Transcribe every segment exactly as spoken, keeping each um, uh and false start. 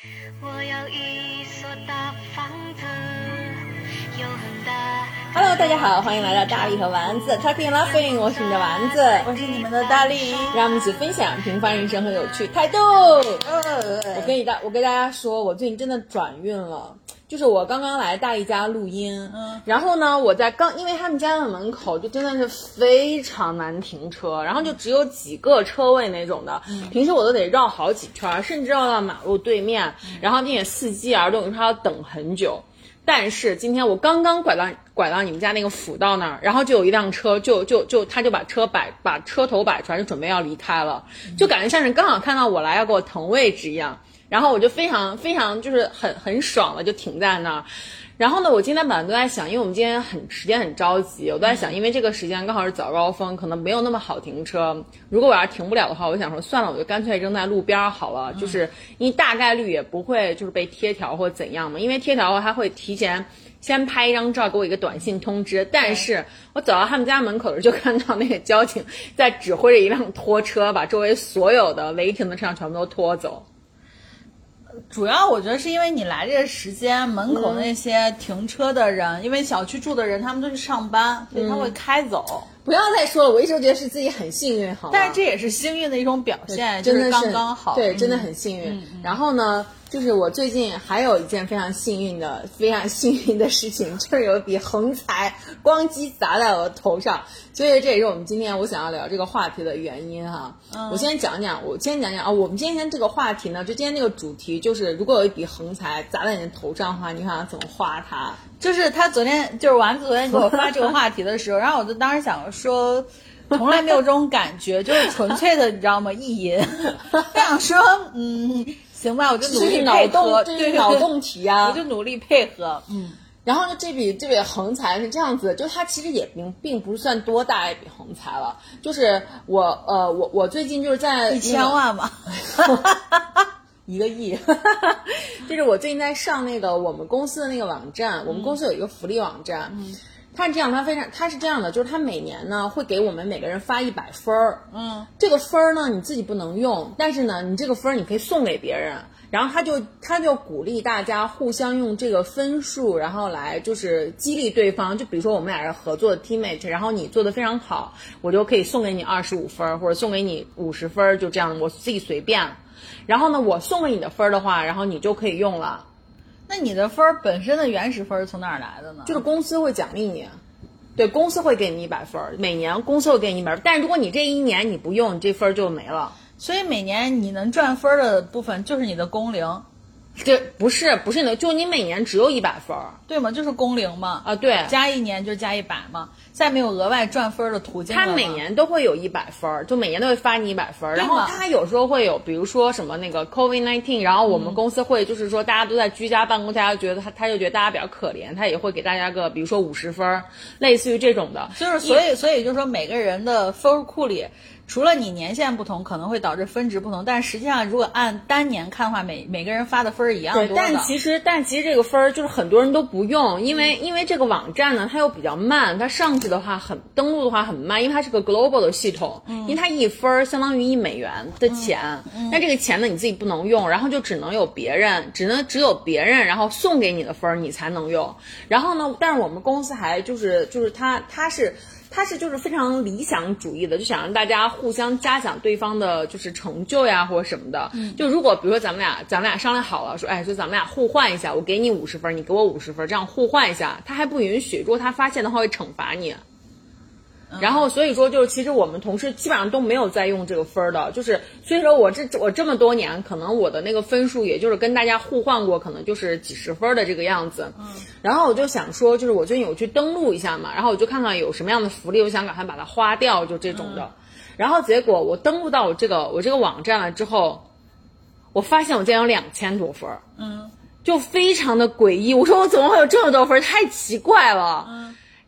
我要一所大房子，有很大。 Hello， 大家好，欢迎来到大力和丸子 Talking Laughing， 我是你的丸子， 我是你们的大力， 让我们一起分享平凡人生和有趣态度。我跟你大，我跟大家说，我最近真的转运了。就是我刚刚来大力家录音，嗯，然后呢，我在刚，因为他们家的门口就真的是非常难停车，然后就只有几个车位那种的，嗯、平时我都得绕好几圈，甚至绕到马路对面，嗯、然后并且伺机而动，你说要等很久。但是今天我刚刚拐到拐到你们家那个辅道那儿，然后就有一辆车，就就就他就把车摆把车头摆出来，就准备要离开了，就感觉像是刚好看到我来要给我腾位置一样。然后我就非常非常就是很很爽了，就停在那儿。然后呢，我今天本来都在想，因为我们今天很时间很着急，我都在想，因为这个时间刚好是早高峰，可能没有那么好停车。如果我要是停不了的话，我想说算了，我就干脆扔在路边好了，就是因为大概率也不会就是被贴条或怎样嘛，因为贴条的话他会提前先拍一张照给我一个短信通知。但是我走到他们家门口的时候，就看到那个交警在指挥着一辆拖车，把周围所有的违停的车辆全部都拖走。 主要我觉得是因为你来这个时间，门口那些停车的人、嗯、因为小区住的人他们都去上班，所以他会开走、嗯、 不要再说了，我一直觉得是自己很幸运好吗？ 但是这也是幸运的一种表现， 真的是刚刚好， 对，真的很幸运、嗯、然后呢就是我最近还有一件非常幸运的非常幸运的事情，就是有一笔横财咣叽砸在我的头上，所以这也是我们今天我想要聊这个话题的原因哈。嗯、我先讲讲我先讲讲啊，我们今天这个话题呢，就今天那个主题就是如果有一笔横财砸在你的头上的话，你想要怎么花它？ 就是他昨天就是丸子昨天给我发这个话题的时候然后我就当时想说从来没有这种感觉，就是纯粹的你知道吗意淫我想说嗯行吧，我就努力配合， 这是脑洞题啊， 我就努力配合，嗯。 然后呢，这笔这笔横财是这样子的，就是它其实也并并不算多大一笔横财了，就是我呃我我最近就是在一千万嘛， 一个亿，就是我最近在上那个我们公司的那个网站，嗯、我们公司有一个福利网站。嗯它是这样，它非常，它是这样的，就是它每年呢会给我们每个人发一百分儿，嗯，这个分儿呢你自己不能用，但是呢你这个分儿你可以送给别人，然后他就他就鼓励大家互相用这个分数，然后来就是激励对方，就比如说我们俩是合作的 teammate， 然后你做得非常好，我就可以送给你二十五分或者送给你五十分，就这样，我自己随便，然后呢我送给你的分的话，然后你就可以用了。 那你的分本身的原始分从哪儿来的呢？ 就是公司会奖励你，对，公司会给你一百分，每年公司会给你一百分，但是如果你这一年你不用，你这分就没了。 所以每年你能赚分的部分就是你的工龄。 这不是不是你的，就你每年只有一百分， 对吗？就是工龄嘛。 啊，对， 加一年就加一百嘛，再没有额外赚分的途径了。 他每年都会有一百分，就每年都会发你一百分，然后他有时候会有，比如说什么那个 COVID 十九，然后我们公司会就是说大家都在居家办公，大家觉得他他就觉得大家比较可怜，他也会给大家个比如说五十分，类似于这种的。 就是所以所以就是说每个人的分库里。除了你年限不同可能会导致分值不同，但实际上如果按单年看的话，每每个人发的分一样多的。 对，但其实但其实这个分就是很多人都不用，因为、嗯、因为这个网站呢它又比较慢，它上去的话很登录的话很慢，因为它是个 global 的系统，嗯、因为它一分相当于一美元的钱，嗯嗯、那这个钱呢你自己不能用，然后就只能有别人，只能只有别人然后送给你的分你才能用。然后呢，但是我们公司还就是就是它它是。他是就是非常理想主义的，就想让大家互相嘉奖对方的就是成就呀或者什么的。嗯，就如果比如说咱们俩咱们俩商量好了，说哎，说咱们俩互换一下，我给你五十分，你给我五十分，这样互换一下，他还不允许，如果他发现的话会惩罚你。然后所以说就是其实我们同事基本上都没有在用这个分的，就是所以说我这我这么多年可能我的那个分数也就是跟大家互换过可能就是几十分的这个样子。嗯，然后我就想说就是我最近有去登录一下嘛，然后我就看看有什么样的福利，我想赶快把它花掉，就这种的。嗯、然后结果我登录到我这个我这个网站了之后，我发现我竟然有两千多分。嗯，就非常的诡异，我说我怎么会有这么多分，太奇怪了。嗯。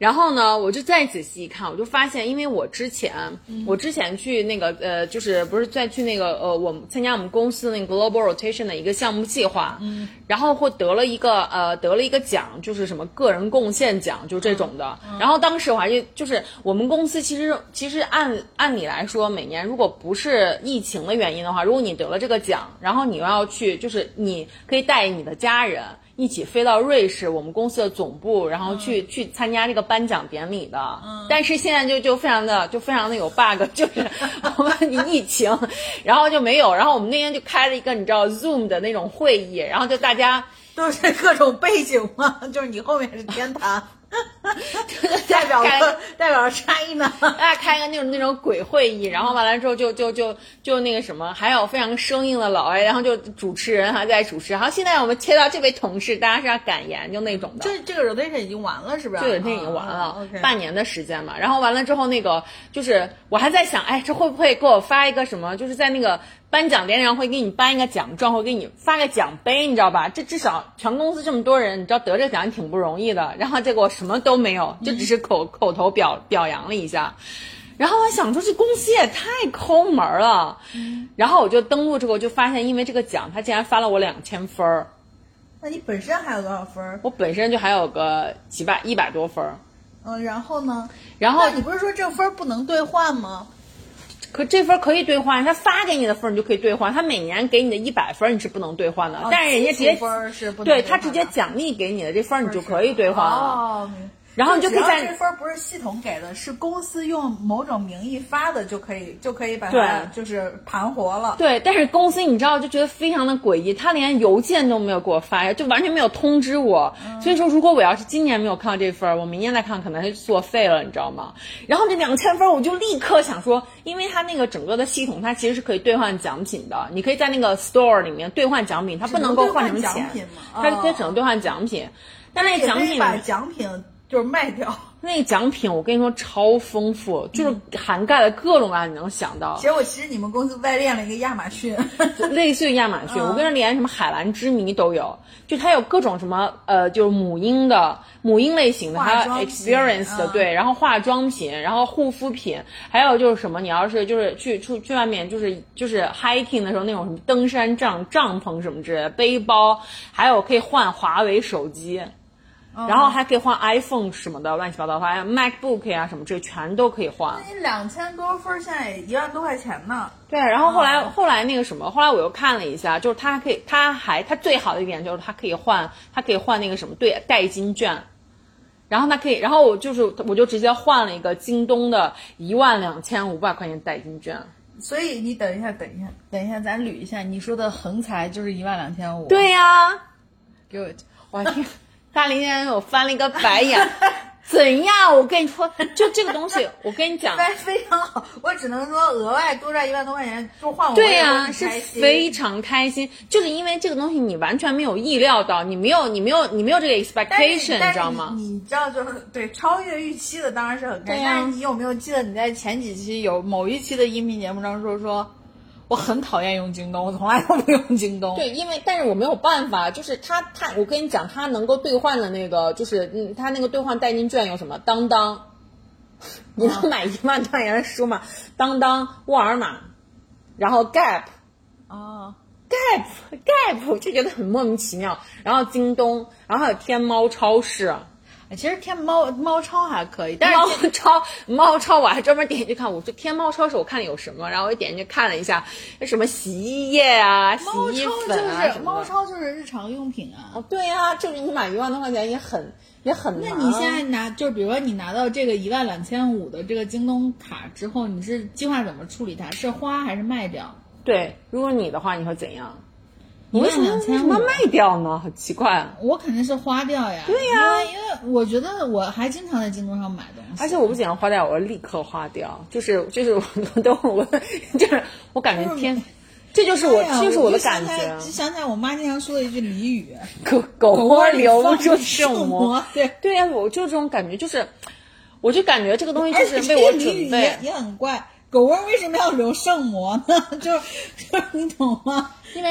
然后呢，我就再仔细一看，我就发现，因为我之前，嗯、我之前去那个呃，就是不是再去那个呃，我们参加我们公司那个 Global Rotation 的一个项目计划，嗯，然后会得了一个呃，得了一个奖，就是什么个人贡献奖，就这种的。嗯、然后当时我还就就是我们公司其实其实按按理来说，每年如果不是疫情的原因的话，如果你得了这个奖，然后你要去，就是你可以带你的家人一起飞到瑞士我们公司的总部，然后去、嗯、去参加这个颁奖典礼的。嗯，但是现在就就非常的就非常的有 bug， 就是我们疫情，然后就没有。然后我们那天就开了一个你知道 Zoom 的那种会议，然后就大家都是各种背景嘛，就是你后面是天坛。代表了代表了 China， 大家开个那种那种鬼会议，然后完了之后就就就就那个什么，还有非常生硬的老 A， 然后就主持人还在主持。好，现在我们切到这位同事，大家是要感言就那种的。 这这个 rotation 已经完了是不是？ 这个 rotation 已经完了， 哦 okay、 半年的时间嘛。然后完了之后，那个就是我还在想，哎，这会不会给我发一个什么？就是在那个颁奖典礼上会给你颁一个奖状，会给你发个奖杯，你知道吧？这至少全公司这么多人，你知道得这个奖挺不容易的。然后结果什么都没有，就只是口、嗯、口头表表扬了一下。然后我想说，这公司也太抠门了。嗯、然后我就登录之后就发现，因为这个奖，他竟然发了我两千分儿。 那你本身还有多少分？ 我本身就还有个几百一百多分。 嗯，然后呢？ 然后你不是说这分不能兑换吗？ 可这分可以兑换，他发给你的分你就可以兑换，他每年给你的一百分你是不能兑换的， 哦、 但是人家直接分是不能对他直接奖励给你的这分你就可以兑换了。 哦， 然后你就可以在这分不是系统给的，是公司用某种名义发的，就可以就可以把它就是盘活了。 对，但是公司你知道就觉得非常的诡异，他连邮件都没有给我发，就完全没有通知我。嗯、所以说，如果我要是今年没有看到这分，我明年再看可能是作废了，你知道吗？然后这两千分我就立刻想说，因为它那个整个的系统，它其实是可以兑换奖品的，你可以在那个 store 里面兑换奖品，它不能够换什么钱，它它只能兑换奖品。但那奖品把奖品就是卖掉。 那奖品我跟你说超丰富，就是涵盖了各种各样你能想到。 结果其实你们公司外链了一个亚马逊， 类似于亚马逊，嗯、我跟你说连什么海蓝之谜都有，就它有各种什么呃，就是母婴的母婴类型的，还有 experience 的， 嗯、 对，然后化妆品，然后护肤品，还有就是什么，你要是就是去出去外面就是就是 hiking 的时候那种什么登山杖、帐篷什么之类的，背包，还有可以换华为手机。然后还可以换 iPhone 什么的，乱七八糟，还有 MacBook 呀、啊、什么，这全都可以换。 那你两千多分，现在一万多块钱呢。 对，然后后来、哦、后来那个什么，后来我又看了一下，就是它可以，它还它最好的一点就是它可以换，它可以换那个什么对代金券，然后它可以，然后我就是我就直接换了一个京东的一万两千五百块钱代金券。 所以你等一下，等一下，等一下，咱捋一下，你说的横财就是一万两千五。 对呀、啊、 ，good， 我天。大林先生，我翻了一个白眼，怎样？我跟你说，就这个东西，我跟你讲， 非常好。我只能说，额外多赚一万多块钱，就换我。 对呀、啊，是非常开心。就是因为这个东西，你完全没有意料到，你没有，你没有，你没有这个 expectation， 你知道吗？ 你知道，就是对超越预期的，当然是很开心。但是你有没有记得你在前几期有某一期的音频节目中说说？我很讨厌用京东，我从来都不用京东。 对，因为但是我没有办法，就是他他，我跟你讲，他能够兑换的那个，就是嗯，他那个兑换代金券有什么？当当，你能买一万多块钱的书吗？当当、沃尔玛，然后 Gap， 哦 ，Gap Gap 就觉得很莫名其妙。然后京东，然后还有天猫超市。 其实天猫猫超还可以，但是猫超猫超我还专门点进去看，我说天猫超市我看有什么，然后我点进去看了一下，什么洗衣液啊、洗衣粉啊什么的。 猫超就是日常用品啊。 哦，对啊，就是你买一万多块钱也很也很难。 那你现在拿，就是比如说你拿到这个一万两千五的这个京东卡之后，你是计划怎么处理它？是花还是卖掉？ 对，如果你的话，你会怎样？ 一万两千五， 怎么卖掉呢？好奇怪、啊！ 我肯定是花掉呀。 对呀， 因为因为我觉得我还经常在京东上买东西， 而且我不仅要花掉，我要立刻花掉。就是就是我都我就是我感觉天，这就是我、哎、这就是我的感觉。 就想起来我妈经常说的一句俚语： 狗狗窝留不住圣魔。对对呀、啊，我就这种感觉，就是我就感觉这个东西就是为我准备。 也, 也很怪，狗窝为什么要留圣魔呢？就是就是你懂吗？ 因为。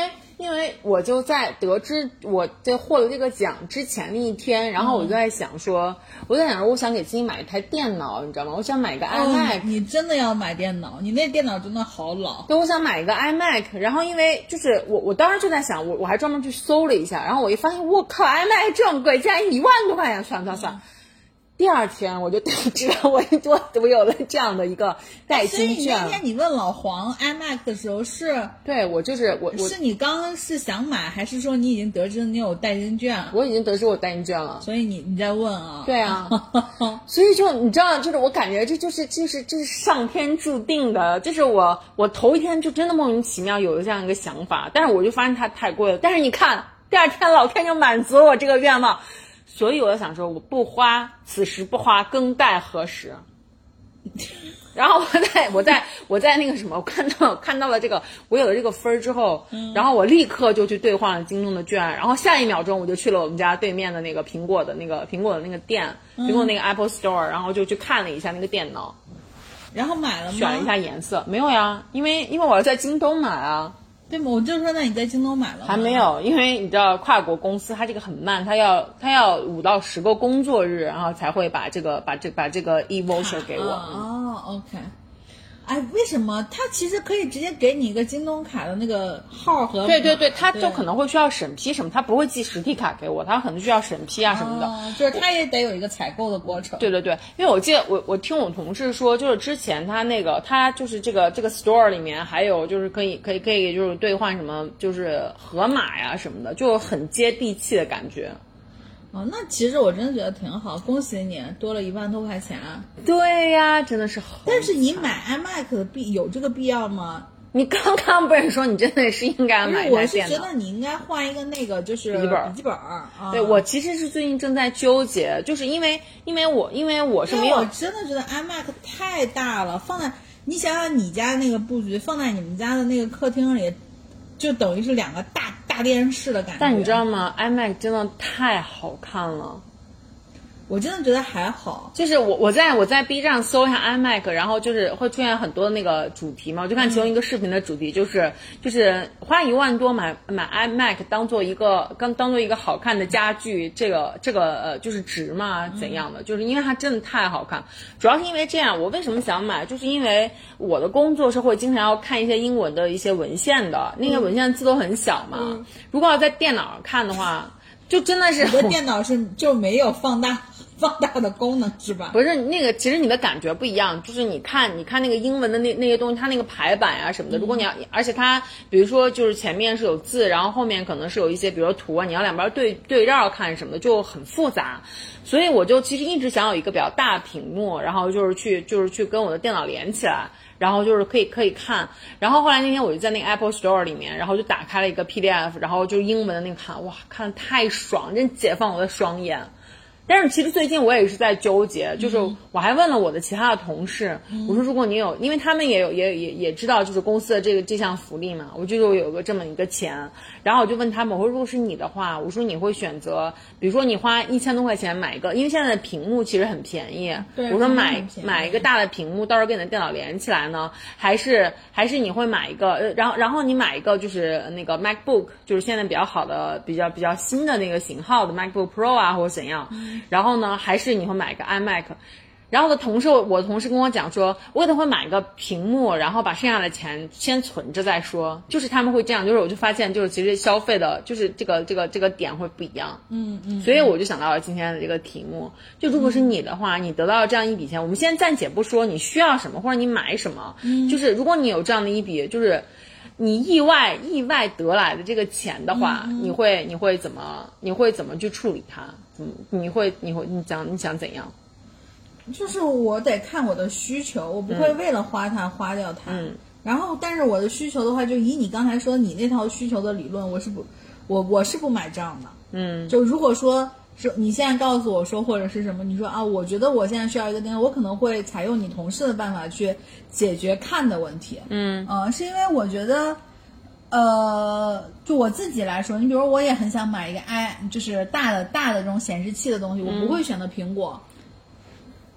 因为我就在得知我在获得这个奖之前那一天，然后我就在想说，嗯、我在想说，我想给自己买一台电脑，你知道吗？我想买个 iMac、哦。 你真的要买电脑？你那电脑真的好老。 对，我想买一个 iMac， 然后因为就是我我当时就在想，我我还专门去搜了一下，然后我一发现，我靠 ，iMac 这么贵，竟然一万多块钱，算了算了算了。嗯第二天我就知道我多我有了这样的一个代金券。 所以那天你问老黄 iMac 的时候是？ 对，我就是我我是你刚刚是想买，还是说你已经得知你有代金券？ 我已经得知我代金券了， 所以你你在问啊？ 对啊，所以就你知道，就是我感觉这就是就是这是上天注定的，就是我我头一天就真的莫名其妙有了这样一个想法，但是我就发现它太贵了，但是你看第二天老天就满足了我这个愿望。所以我想说，我不花，此时不花，更待何时？然后我在我在我在那个什么，我看到看到了这个，我有了这个分儿之后，嗯、然后我立刻就去兑换了京东的券，然后下一秒钟我就去了我们家对面的那个苹果的那个苹果的那个店，嗯、苹果那个 Apple Store， 然后就去看了一下那个电脑， 然后买了吗？ 选了一下颜色，没有呀，因为因为我要在京东买啊。 对吗？我就说，那你在京东买了吗？ 还没有，因为你知道跨国公司它这个很慢，它要它要五到十个工作日，然后才会把这个把这把这个 e-voucher 给我。 哦 ，OK。哎，为什么他其实可以直接给你一个京东卡的那个号和？ 对对对，他就可能会需要审批什么，他不会寄实体卡给我，他可能需要审批啊什么的， 哦、就是他也得有一个采购的过程。 对对对，因为我记得我我听我同事说，就是之前他那个他就是这个这个 store 里面还有就是可以可以可以就是兑换什么就是盒马呀什么的，就很接地气的感觉。 哦，那其实我真的觉得挺好，恭喜你多了一万多块钱。 对呀，真的是好。 但是你买 iMac 的必有这个必要吗？ 你刚刚不是说你真的是应该买一台电脑？ 我是觉得你应该换一个那个就是笔记本。笔记本啊， 对，我其实是最近正在纠结，就是因为因为我因为我是没有， 我真的觉得 iMac 太大了，放在你想想你家那个布局，放在你们家的那个客厅里，就等于是两个大大电视的感觉。 但你知道吗 iMac 真的太好看了， 我真的觉得还好。 就是我我在我在 B 站搜一下 iMac， 然后就是会出现很多那个主题嘛，我就看其中一个视频的主题就是、嗯、就是花一万多买买 iMac 当做一个刚当做一个好看的家具，这个这个呃就是值嘛怎样的、嗯、就是因为它真的太好看。主要是因为这样，我为什么想买，就是因为我的工作是会经常要看一些英文的一些文献的，那些文献字都很小嘛、嗯、如果要在电脑上看的话，就真的是你的电脑是就没有放大放大的功能是吧？ 不是那个，其实你的感觉不一样，就是你看你看那个英文的那那些东西，它那个排版啊什么的，如果你要，而且它比如说就是前面是有字，然后后面可能是有一些比如说图啊，你要两边对对绕看什么的，就很复杂。所以我就其实一直想有一个比较大的屏幕，然后就是去就是去跟我的电脑连起来，然后就是可以可以看。然后后来那天我就在那个 Apple Store 里面，然后就打开了一个 P D F， 然后就英文的那个看，哇，看得太爽，真解放我的双眼。但是其实最近我也是在纠结，就是我还问了我的其他的同事，嗯、我说如果你有，因为他们也有也也也知道就是公司的这个这项福利嘛，我就有个这么一个钱，然后我就问他们，我说如果是你的话，我说你会选择，比如说你花一千多块钱买一个，因为现在的屏幕其实很便宜，我说买买一个大的屏幕，到时候跟你的电脑连起来呢，还是还是你会买一个，呃，然后然后你买一个就是那个 MacBook， 就是现在比较好的比较比较新的那个型号的 MacBook Pro 啊或者怎样。嗯然后呢，还是你会买个 iMac， 然后的同事，我的同事跟我讲说，我可能会买个屏幕，然后把剩下的钱先存着再说。就是他们会这样，就是我就发现，就是其实消费的，就是这个这个这个点会不一样。嗯嗯。所以我就想到了今天的这个题目，就如果是你的话，嗯、你得到这样一笔钱，我们先暂且不说你需要什么或者你买什么，嗯、就是如果你有这样的一笔，就是你意外意外得来的这个钱的话，嗯、你会你会怎么你会怎么去处理它？嗯，你会你会你想你想怎样？ 就是我得看我的需求，我不会为了花它、嗯、花掉它。嗯。然后，但是我的需求的话，就以你刚才说你那套需求的理论，我是不，我我是不买账的。嗯。就如果说是你现在告诉我说或者是什么，你说啊，我觉得我现在需要一个电脑，我可能会采用你同事的办法去解决看的问题。嗯。呃，是因为我觉得。呃，就我自己来说，你比如我也很想买一个 i， 就是大的大的这种显示器的东西，我不会选择苹果。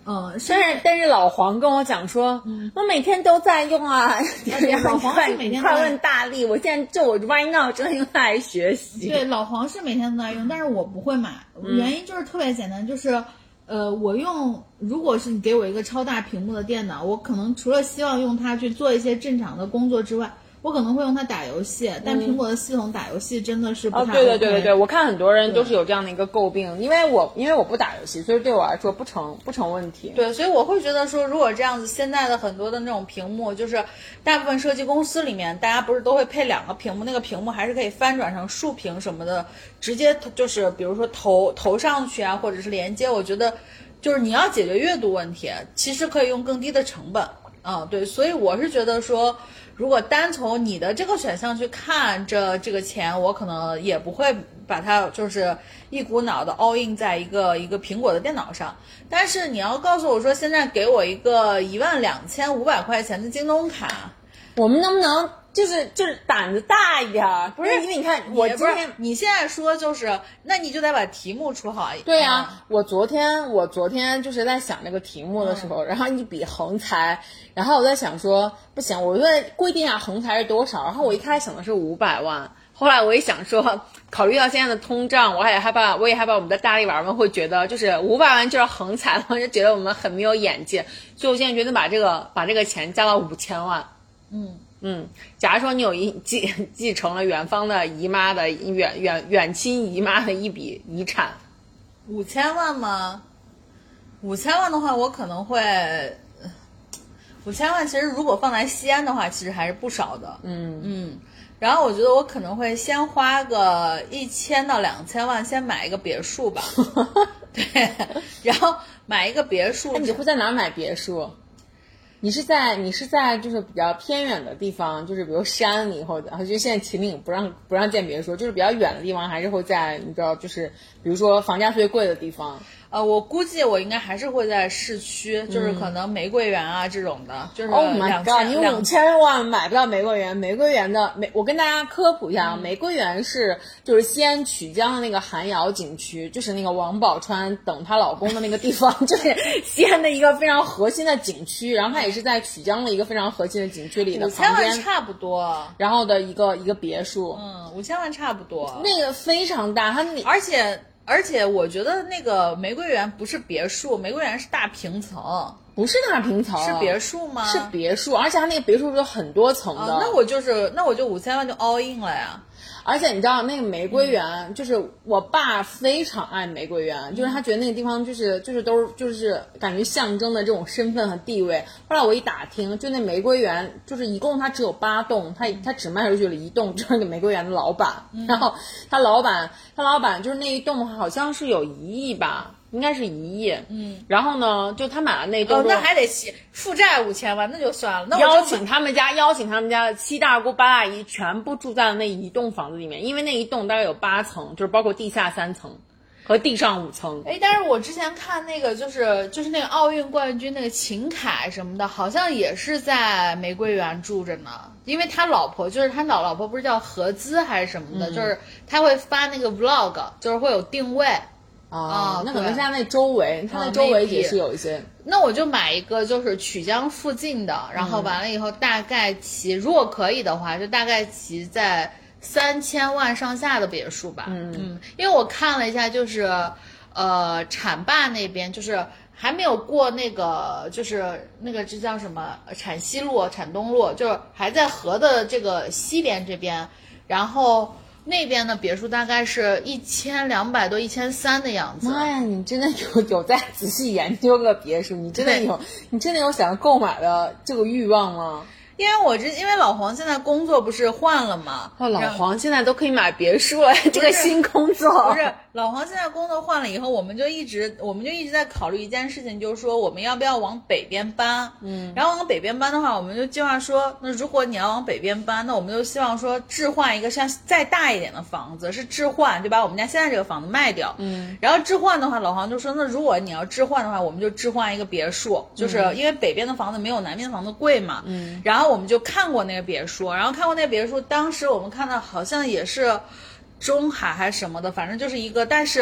嗯， 但是但是老黄跟我讲说，嗯、我每天都在用啊。 然后老黄是每天快问大力，我现在就我 right now 真的用它来学习。 对，老黄是每天都在用，但是我不会买，嗯、原因就是特别简单，就是呃，我用如果是你给我一个超大屏幕的电脑，我可能除了希望用它去做一些正常的工作之外。我可能会用它打游戏，但苹果的系统打游戏真的是不太 OK。 哦，对对对对对，我看很多人都是有这样的一个诟病，因为我因为我不打游戏，所以对我来说不成不成问题。 对，所以我会觉得说，如果这样子，现在的很多的那种屏幕，就是大部分设计公司里面，大家不是都会配两个屏幕，那个屏幕还是可以翻转成竖屏什么的，直接就是比如说投投上去啊，或者是连接。我觉得就是你要解决阅读问题，其实可以用更低的成本。啊，对，所以我是觉得说。如果单从你的这个选项去看这这个钱，我可能也不会把它就是一股脑的 all in 在一个一个苹果的电脑上。但是你要告诉我说，现在给我一个一万两千五百块钱的京东卡， 我们能不能就是就是胆子大一点？不是，因为你看我今天你现在说就是，那你就得把题目出好一点。 对呀、啊嗯，我昨天我昨天就是在想这个题目的时候，嗯、然后一笔横财。然后我在想说，不行，我在规定下横财是多少。然后我一开始想的是五百万，后来我一想说，考虑到现在的通胀，我也害怕，我也害怕我们的大力丸们会觉得，就是五百万就是横财，我就觉得我们很没有眼界。所以我现在决定把这个把这个钱加到五千万。 嗯嗯，假如说你有一继继承了远方的姨妈的远远远亲姨妈的一笔遗产， 五千万吗？五千万的话，我可能会。五千万其实如果放在西安的话，其实还是不少的。 嗯嗯，然后我觉得我可能会先花个一千到两千万，先买一个别墅吧。对，然后买一个别墅。 那你会在哪儿买别墅？你是在你是在就是比较偏远的地方，就是比如山里或者，就现在秦岭不让不让建别墅，就是比较远的地方，还是会在你知道，就是比如说房价最贵的地方。 呃，我估计我应该还是会在市区，嗯、就是可能玫瑰园啊这种的，就是 Oh my god， 你五千万买不到玫瑰园，玫瑰园的玫，我跟大家科普一下，嗯、玫瑰园是就是西安曲江的那个寒窑景区，就是那个王宝钏等她老公的那个地方，就是西安的一个非常核心的景区，然后它也是在曲江的一个非常核心的景区里的旁边， 五千万差不多， 然后的一个一个别墅， 嗯，五千万差不多， 那个非常大，它而且。而且我觉得那个玫瑰园不是别墅，玫瑰园是大平层， 不是大平层， 是别墅吗？ 是别墅，而且它那个别墅是有很多层的。 啊、那我就是那我就五千万就 all in 了呀。 而且你知道那个玫瑰园，嗯、就是我爸非常爱玫瑰园，嗯、就是他觉得那个地方就是就是都是就是感觉象征的这种身份和地位。后来我一打听，就那玫瑰园就是一共他只有八栋，他他只卖出去了一栋，就是那个玫瑰园的老板。嗯、然后他老板他老板就是那一栋好像是有一亿吧。应该是一亿， 嗯， 然后呢，就他买了那一栋， 哦，那还得负债五千万，那就算了。那我邀请他们家，邀请他们家的七大姑八大姨全部住在了那一栋房子里面，因为那一栋大概有八层，就是包括地下三层和地上五层。 哎，但是我之前看那个，就是就是那个奥运冠军那个秦凯什么的，好像也是在玫瑰园住着呢。因为他老婆就是他老老婆不是叫何姿还是什么的，嗯、就是他会发那个 vlog， 就是会有定位。 啊，那可能是他那周围，他那周围也是有一些。 那我就买一个，就是曲江附近的，然后完了以后大概骑，如果可以的话，就大概骑在三千万上下的别墅吧。 嗯嗯，因为我看了一下，就是呃浐灞那边，就是还没有过那个，就是那个这叫什么陕西路、陕东路，就是还在河的这个西边这边，然后。那边的别墅大概是一千两百多、一千三的样子。 妈呀，你真的有有在仔细研究个别墅？你真的有，你真的有想购买的这个欲望吗？ 因为我这因为老黄现在工作不是换了吗？ 哦，老黄现在都可以买别墅了，这个新工作不是老黄现在工作换了以后，我们就一直我们就一直在考虑一件事情，就是说我们要不要往北边搬？ 嗯， 然后往北边搬的话，我们就计划说，那如果你要往北边搬，那我们就希望说置换一个像再大一点的房子，是置换，就把我们家现在这个房子卖掉。 嗯， 然后置换的话，老黄就说，那如果你要置换的话，我们就置换一个别墅，就是因为北边的房子没有南边的房子贵嘛。 嗯， 然后我们就看过那个别墅，然后看过那个别墅，当时我们看到好像也是中海还是什么的，反正就是一个，但是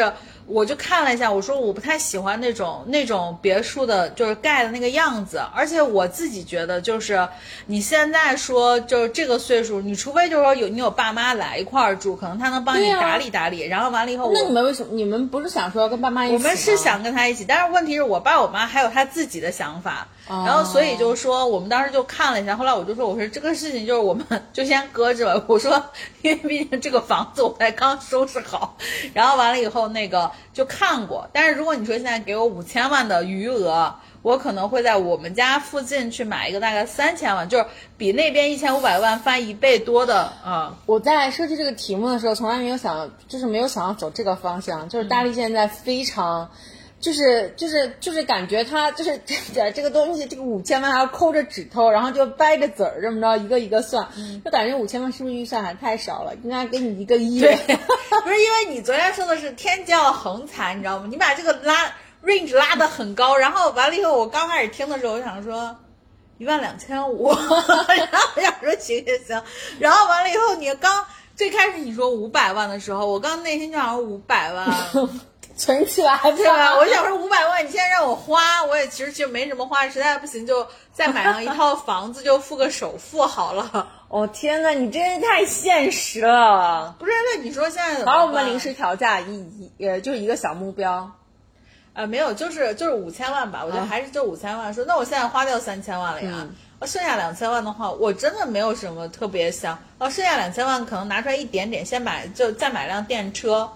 我就看了一下，我说我不太喜欢那种那种别墅的，就是盖的那个样子，而且我自己觉得，就是你现在说就是这个岁数，你除非就是说有你有爸妈来一块儿住，可能他能帮你打理打理，啊、然后完了以后， 那你们为什么？你们不是想说要跟爸妈一起吗？ 我们是想跟他一起，但是问题是我爸我妈还有他自己的想法，哦、然后所以就是说我们当时就看了一下，后来我就说我说这个事情就是我们就先搁着吧，我说因为毕竟这个房子我才刚收拾好，然后完了以后那个。就看过，但是如果你说现在给我五千万的余额，我可能会在我们家附近去买一个大概三千万，就是比那边一千五百万翻一倍多的啊、嗯！ 我在设计这个题目的时候，从来没有想，就是没有想要走这个方向。就是大力现在非常，嗯、就是就是就是感觉他就是这这个东西，这个五千万还要抠着指头，然后就掰着籽儿这么着一个一个算，嗯、就感觉五千万是不是预算还太少了？应该给你一个亿。 对，不是因为你昨天说的是天骄横财，你知道吗？你把这个拉 range 拉得很高，然后完了以后，我刚开始听的时候，我想说一万两千五，然后我想说行行行，然后完了以后，你刚最开始你说五百万的时候，我刚内心就想说五百万。 存起来对吧？我想说五百万，你现在让我花，我也其实就没什么花，实在不行就再买上一套房子，就付个首付好了。 哦天哪，你真是太现实了。 不是，那你说现在怎么办？ 好，我们临时调价一一呃，就是一个小目标。 呃，没有，就是就是五千万吧，我觉得还是就五千万。说那我现在花掉三千万了呀， 嗯、 剩下两千万的话，我真的没有什么特别想。哦，剩下两千万可能拿出来一点点，先买就再买辆电车。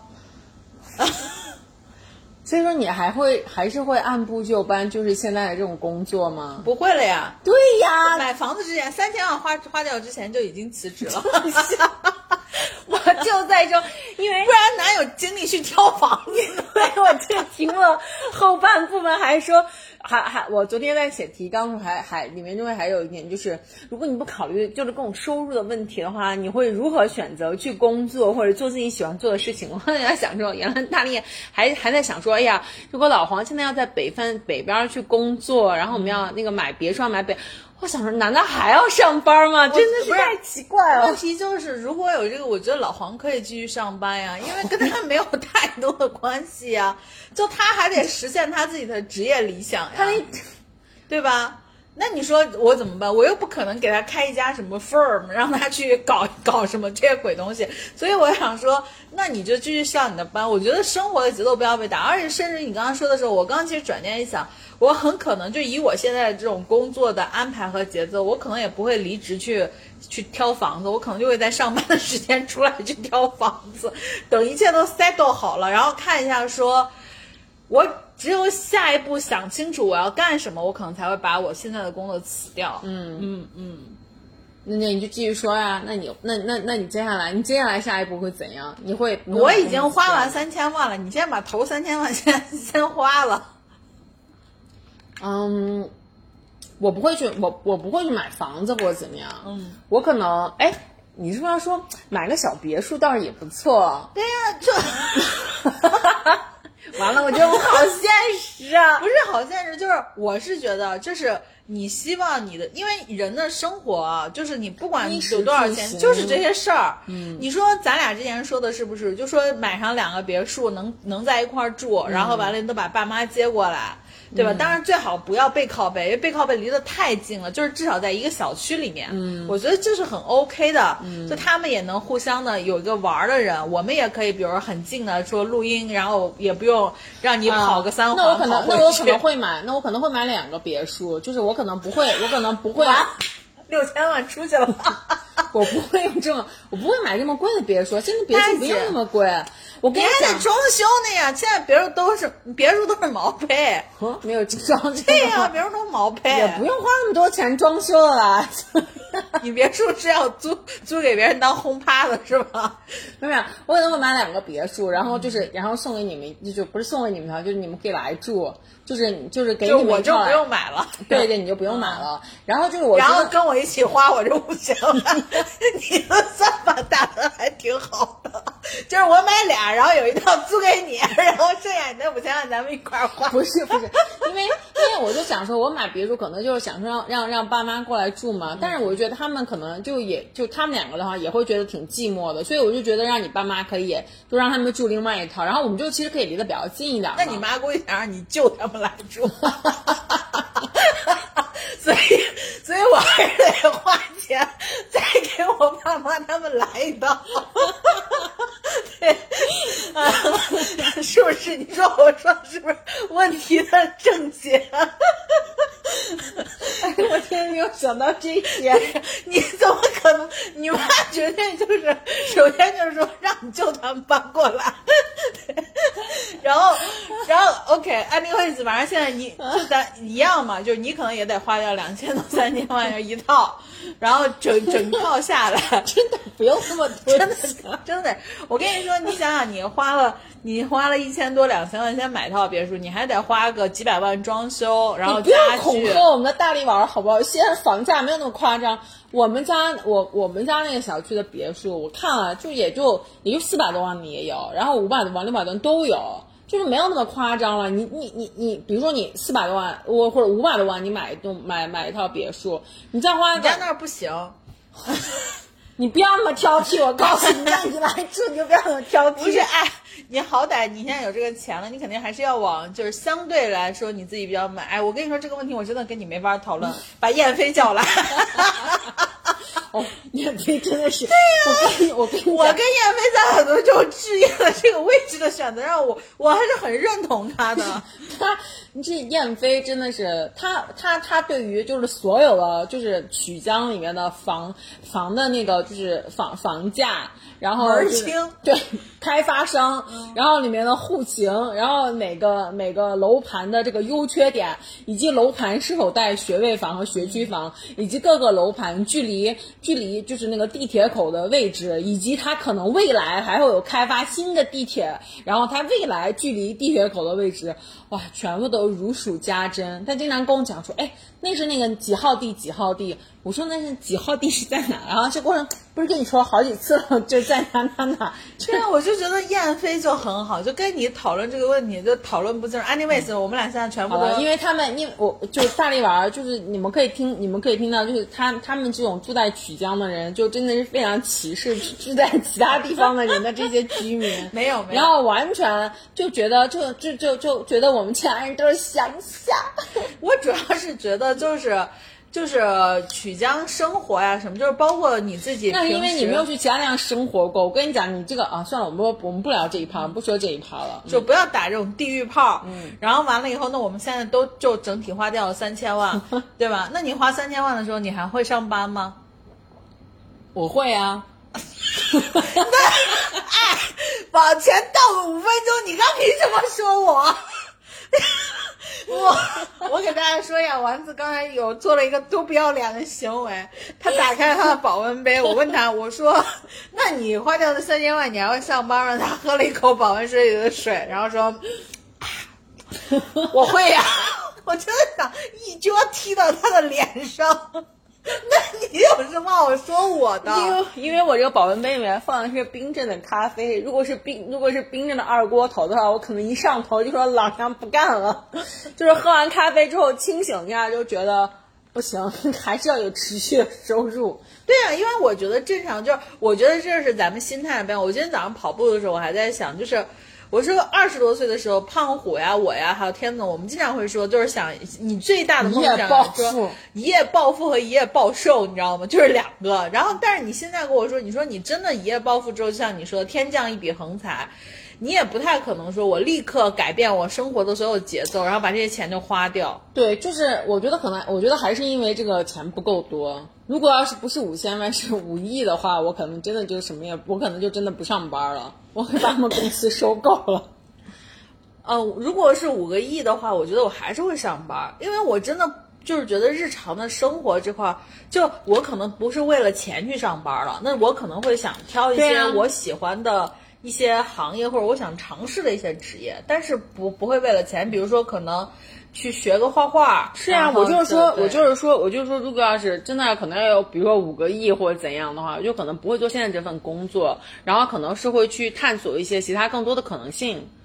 所以说你还会还是会按部就班，就是现在的这种工作吗？ 不会了呀。 对呀， 买房子之前三千万花花掉之前就已经辞职了。 我就在说，因为不然哪有精力去挑房子？ 对，我这个题目后半部分还说，还还我昨天在写提纲时候还还里面就会还有一点，就是如果你不考虑就是各种收入的问题的话，你会如何选择去工作或者做自己喜欢做的事情？我在想说，原来大力还还在想说，哎呀，如果老黄现在要在北方北边去工作，然后我们要那个买别墅买北。我想说，难道还要上班吗？真的是太奇怪了。 问题就是，如果有这个，我觉得老黄可以继续上班呀，因为跟他没有太多的关系呀。就他还得实现他自己的职业理想呀，他对吧？那你说我怎么办？我又不可能给他开一家什么 firm， 让他去搞搞什么这些鬼东西。所以我想说，那你就继续上你的班。我觉得生活的节奏不要被打，而且甚至你刚刚说的时候，我刚刚其实转念一想。我很可能就以我现在的这种工作的安排和节奏，我可能也不会离职去去挑房子，我可能就会在上班的时间出来去挑房子，等一切都 settle 好了，然后看一下说，我只有下一步想清楚我要干什么，我可能才会把我现在的工作辞掉。 嗯嗯嗯， 那那你就继续说呀，那你那那那你接下来你接下来下一步会怎样？你会我已经花完三千万了，你先把头三千万先先花了。 嗯，我不会去，我我不会去买房子或者怎么样。 嗯， 我可能，哎，你是不是要说买个小别墅倒是也不错？ 对呀、啊， 这完了，我觉得我好现实啊！ 不是好现实，就是我是觉得，就是你希望你的，因为人的生活啊，就是你不管有多少钱，就是这些事儿。嗯，你说咱俩之前说的是不是？就说买上两个别墅，能能在一块儿住，然后完了都把爸妈接过来。对吧？当然最好不要背靠背，因为背靠背离得太近了，就是至少在一个小区里面。嗯，我觉得这是很 OK 的。嗯，就他们也能互相的有一个玩的人，我们也可以，比如说很近的说录音，然后也不用让你跑个三环、 啊。那我可能，那我可能会买，那我可能会买两个别墅，就是我可能不会，我可能不会。 六千万出去了， 我不会用这么，我不会买这么贵的别墅，现在别墅不用那么贵。我跟你讲，装修的呀，现在别墅都是别墅都是毛坯， 嗯，没有装修。 对呀，别墅都是毛坯， 也不用花那么多钱装修了啦。 你别墅是要租租给别人当轰趴的是吧？ 没有，我可能会买两个别墅，然后就是，然后送给你们，就不是送给你们条，就是你们可以来住，就是就是给你们。 我就不用买了。 对对，你就不用买了。然后就是我， 然后跟我一起花我这五千万，你的算法打的还挺好的。就是我买俩，然后有一套租给你，然后剩下你那五千万咱们一块儿花。 不是不是，因为因为我就想说，我买别墅可能就是想说让让让爸妈过来住嘛，但是我觉觉得他们可能就也就他们两个的话也会觉得挺寂寞的，所以我就觉得让你爸妈可以就让他们住另外一套，然后我们就其实可以离得比较近一点。 那你妈估计想让你救他们来住。所以，所以我还是得花钱再给我爸妈他们来一道。对，啊，是不是？你说我说是不是问题的症结？ 哎，我天，没有想到这些， 你怎么可能？你妈绝对就是，首先就是说让你救他们搬过来，然后，然后 OK，anyways， 反正现在你就咱一样嘛，就是你可能也得花掉两千到三千万元一套，然后整整套下来， 真的不用那么多， 真的真的，我跟你说，你想想，你花了你花了一千多两千万先买套别墅，你还得花个几百万装修，然后家具。 恐吓我们的大力丸好不好？现在房价没有那么夸张。我们家我我们家那个小区的别墅，我看了就也就也就四百多万的也有，然后五百多万、六百多万都有，就是没有那么夸张了。你你你你，比如说你四百多万，我或者五百多万，你买一栋买买一套别墅，你再花个， 你家那儿不行。 你不要那么挑剔，我告诉你，让你来住你就不要那么挑剔。 不是，哎，你好歹你现在有这个钱了，你肯定还是要往就是相对来说你自己比较买。哎，我跟你说这个问题，我真的跟你没法讨论，把燕飞叫来。 哦，燕飞真的是，对呀、啊，我跟你我跟你我跟燕飞在很多这种置业的这个位置的选择上，我我还是很认同他的。 他这燕飞真的是他他他对于就是所有的就是曲江里面的房房的那个就是房房价，然后、就是、 门清对开发商、嗯，然后里面的户型，然后每个每个楼盘的这个优缺点，以及楼盘是否带学位房和学区房，以及各个楼盘距离距离就是那个地铁口的位置，以及它可能未来还会有开发新的地铁，然后它未来距离地铁口的位置，哇，全部都如数家珍。他经常跟我讲说，哎，那是那个几号地几号地，我说那是几号地是在哪？然后这过程不是跟你说了好几次了，就在哪哪哪。 这样我就觉得燕飞就很好，就跟你讨论这个问题就讨论不清。anyways，、嗯、我们俩现在全部都因为他们，因为我就是大力丸，就是你们可以听，你们可以听到，就是他他们这种住在曲江的人，就真的是非常歧视住在其他地方的人的这些居民。 没有没有， 然后完全就觉得就就就就觉得我们其他人都是乡下。 我主要是觉得就是就是曲江生活呀什么，就是包括你自己。 那是因为你没有去其他地方生活过。我跟你讲，你这个啊，算了，我们不我们不聊这一趴，不说这一趴了， 就不要打这种地狱炮。嗯，然后完了以后，那我们现在都就整体花掉了三千万，对吧？那你花三千万的时候，你还会上班吗？ 我会啊。 那哎，往前倒个五分钟，你刚凭什么说我？我我给大家说一下，丸子刚才有做了一个多不要脸的行为，他打开了他的保温杯，我问他，我说那你花掉的三千万你还会上班吗？他喝了一口保温水里的水，然后说我会呀、啊、我真的想一脚踢到他的脸上。那你有什么好说我的？ 因为因为我这个保温杯里面放的是冰镇的咖啡，如果是冰如果是冰镇的二锅头的话，我可能一上头就说老娘不干了，就是喝完咖啡之后清醒一下就觉得不行，还是要有持续的收入。 对啊，因为我觉得正常，就是我觉得这是咱们心态的变化。我今天早上跑步的时候，我还在想，就是我说二十多岁的时候，胖虎呀，我呀，还有天总，我们经常会说，就是想你最大的梦想说一夜暴富和一夜暴瘦，你知道吗？就是两个。然后，但是你现在跟我说，你说你真的一夜暴富之后，就像你说天降一笔横财，你也不太可能说我立刻改变我生活的所有节奏，然后把这些钱就花掉。 对，就是我觉得可能，我觉得还是因为这个钱不够多。如果要是不是五千万是五亿的话，我可能真的就什么也，我可能就真的不上班了，我会把他们公司收购了。 呃，如果是五个亿的话，我觉得我还是会上班，因为我真的就是觉得日常的生活这块，就我可能不是为了钱去上班了，那我可能会想挑一些我喜欢的一些行业，或者我想尝试的一些职业，但是不不会为了钱，比如说可能去学个画画。 是啊，我就是说，我就是说，我就是说，如果要是真的可能要有，比如说五个亿或者怎样的话，我就可能不会做现在这份工作，然后可能是会去探索一些其他更多的可能性。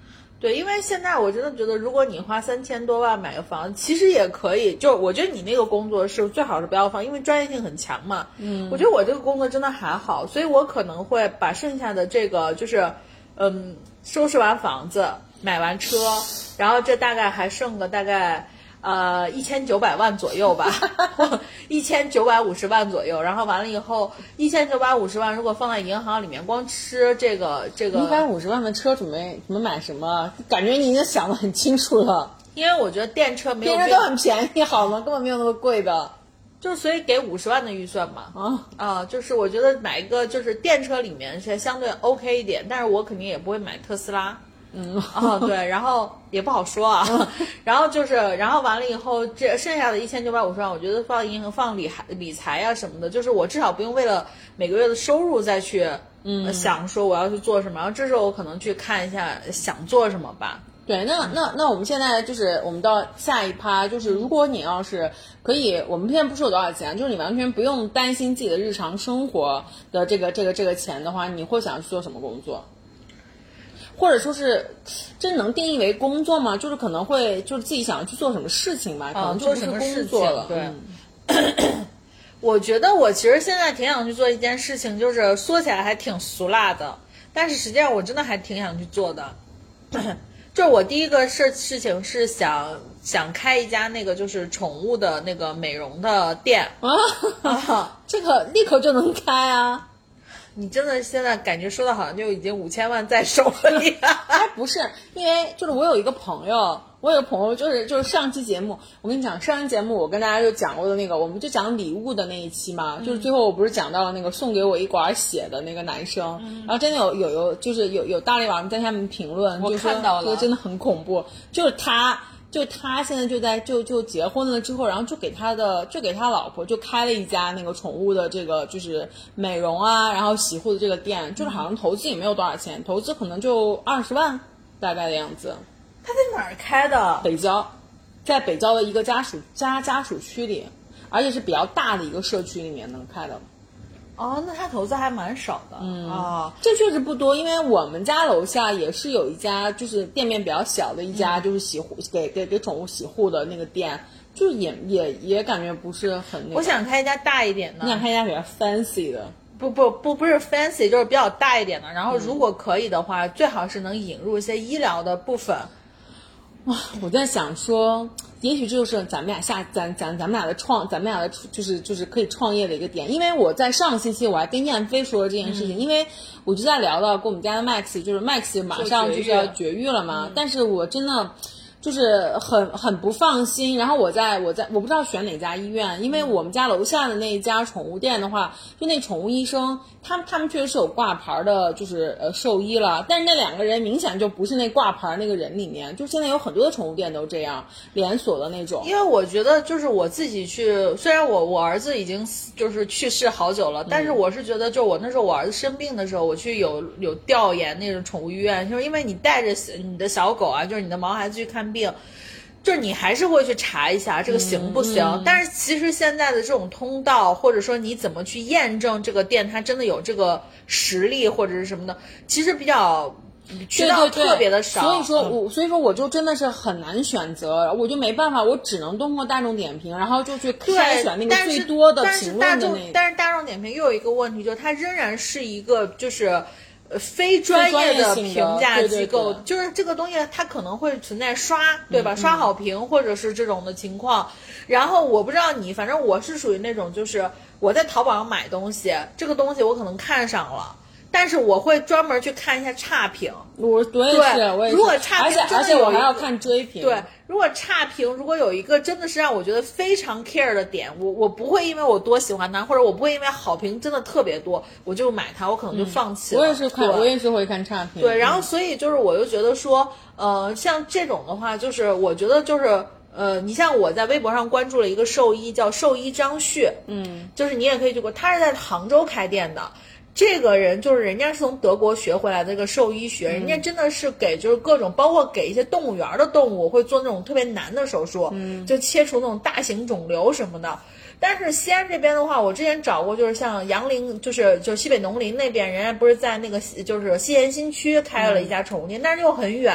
对，因为现在我真的觉得，如果你花三千多万买个房子，其实也可以。就我觉得你那个工作是最好是不要放，因为专业性很强嘛。嗯，我觉得我这个工作真的还好，所以我可能会把剩下的这个就是，嗯，收拾完房子，买完车，然后这大概还剩个大概。呃，一千九百万左右吧，一千九百五十万左右。然后完了以后，一千九百五十万如果放在银行里面，光吃这个这个一百五十万的车准备准备买什么？感觉你已经想得很清楚了。 因为我觉得电车没有电车都很便宜，好吗？根本没有那么贵的。 就是所以给五十万的预算嘛。啊啊，就是我觉得买一个就是电车里面是相对 OK 一点，但是我肯定也不会买特斯拉。嗯啊对，然后也不好说啊，然后就是，然后完了以后，这剩下的一千九百五十万，我觉得放银行、放理理财啊什么的，就是我至少不用为了每个月的收入再去嗯想说我要去做什么，然后这时候我可能去看一下想做什么吧。 对，那那那我们现在就是我们到下一趴，就是如果你要是可以，我们现在不说有多少钱，就是你完全不用担心自己的日常生活的这个这个这个钱的话，你会想去做什么工作？或者说是这能定义为工作吗？就是可能会就是自己想要去做什么事情吧，可能就不是工作了。 对、嗯，我觉得我其实现在挺想去做一件事情，就是说起来还挺俗辣的，但是实际上我真的还挺想去做的。就是我第一个事事情是想想开一家那个就是宠物的那个美容的店啊，啊这个立刻就能开啊。 你真的现在感觉说的好像就已经五千万在手了一样。 哎，不是，因为就是我有一个朋友，我有个朋友就是就是上期节目，我跟你讲，上期节目我跟大家就讲过的那个，我们就讲礼物的那一期嘛，嗯、就是最后我不是讲到了那个送给我一管血的那个男生，嗯、然后真的有有有就是有有大力网在下面评论， 我看到了， 就说真的很恐怖，就是他。就他现在就在就就结婚了之后，然后就给他的就给他老婆就开了一家那个宠物的这个就是美容啊，然后洗护的这个店，就是好像投资也没有多少钱，投资可能就二十万大概的样子。 他在哪儿开的？ 北郊，在北郊的一个家属家家属区里，而且是比较大的一个社区里面能开的。 哦，那他投资还蛮少的。 嗯啊、哦， 这确实不多，因为我们家楼下也是有一家，就是店面比较小的一家，就是洗护、嗯、给给给宠物洗护的那个店，就也也也感觉不是很那个。 我想开一家大一点的。 你想开一家比较 fancy 的？ 不不不不是 fancy， 就是比较大一点的。然后如果可以的话，嗯、最好是能引入一些医疗的部分。 哇，我在想说，也许这就是咱们俩下咱咱咱们俩的创，咱们俩的就是就是可以创业的一个点。因为我在上个星期我还跟燕飞说了这件事情，嗯、因为我就在聊到跟我们家的 Max， 就是 Max 马上就是要绝育了嘛，嗯、但是我真的。就是很很不放心，然后我在我在我不知道选哪家医院，因为我们家楼下的那一家宠物店的话，就那宠物医生，他们他们确实是有挂牌的，就是呃兽医了，但是那两个人明显就不是那挂牌那个人里面，就现在有很多的宠物店都这样连锁的那种。 因为我觉得就是我自己去，虽然我我儿子已经就是去世好久了，但是我是觉得就我那时候我儿子生病的时候，我去有有调研那种宠物医院，就是因为你带着你的小狗啊，就是你的毛孩子去看病，就是你还是会去查一下这个行不行、嗯嗯、但是其实现在的这种通道，或者说你怎么去验证这个店它真的有这个实力或者是什么的，其实比较渠道特别的少。 对对对，所以说我、嗯、所以说我就真的是很难选择，我就没办法，我只能通过大众点评，然后就去筛选那个最多的评论的那个。 但是大众点评又有一个问题，就是它仍然是一个就是呃，非专业的评价机构， 对对对， 就是这个东西它可能会存在刷，对吧？嗯、刷好评或者是这种的情况。然后我不知道你，反正我是属于那种，就是我在淘宝上买东西，这个东西我可能看上了，但是我会专门去看一下差评。 我我也是，我也是。 如果差评真的有， 而且我还要看追评。 对，如果差评如果有一个真的是让我觉得非常 care 的点，我我不会因为我多喜欢它，或者我不会因为好评真的特别多我就买它，我可能就放弃了。 嗯、我也是看，我也是会看差评。 对，然后所以就是我就觉得说，呃，像这种的话，就是我觉得就是。呃，你像我在微博上关注了一个兽医，叫兽医张旭，嗯，就是你也可以去过，他是在杭州开店的。这个人就是人家是从德国学回来的这个兽医学，嗯、人家真的是给就是各种，包括给一些动物园的动物会做那种特别难的手术，嗯，就切除那种大型肿瘤什么的。但是西安这边的话，我之前找过，就是像杨凌，就是就西北农林那边，人家不是在那个就是西延新区开了一家宠物店，嗯、但是又很远。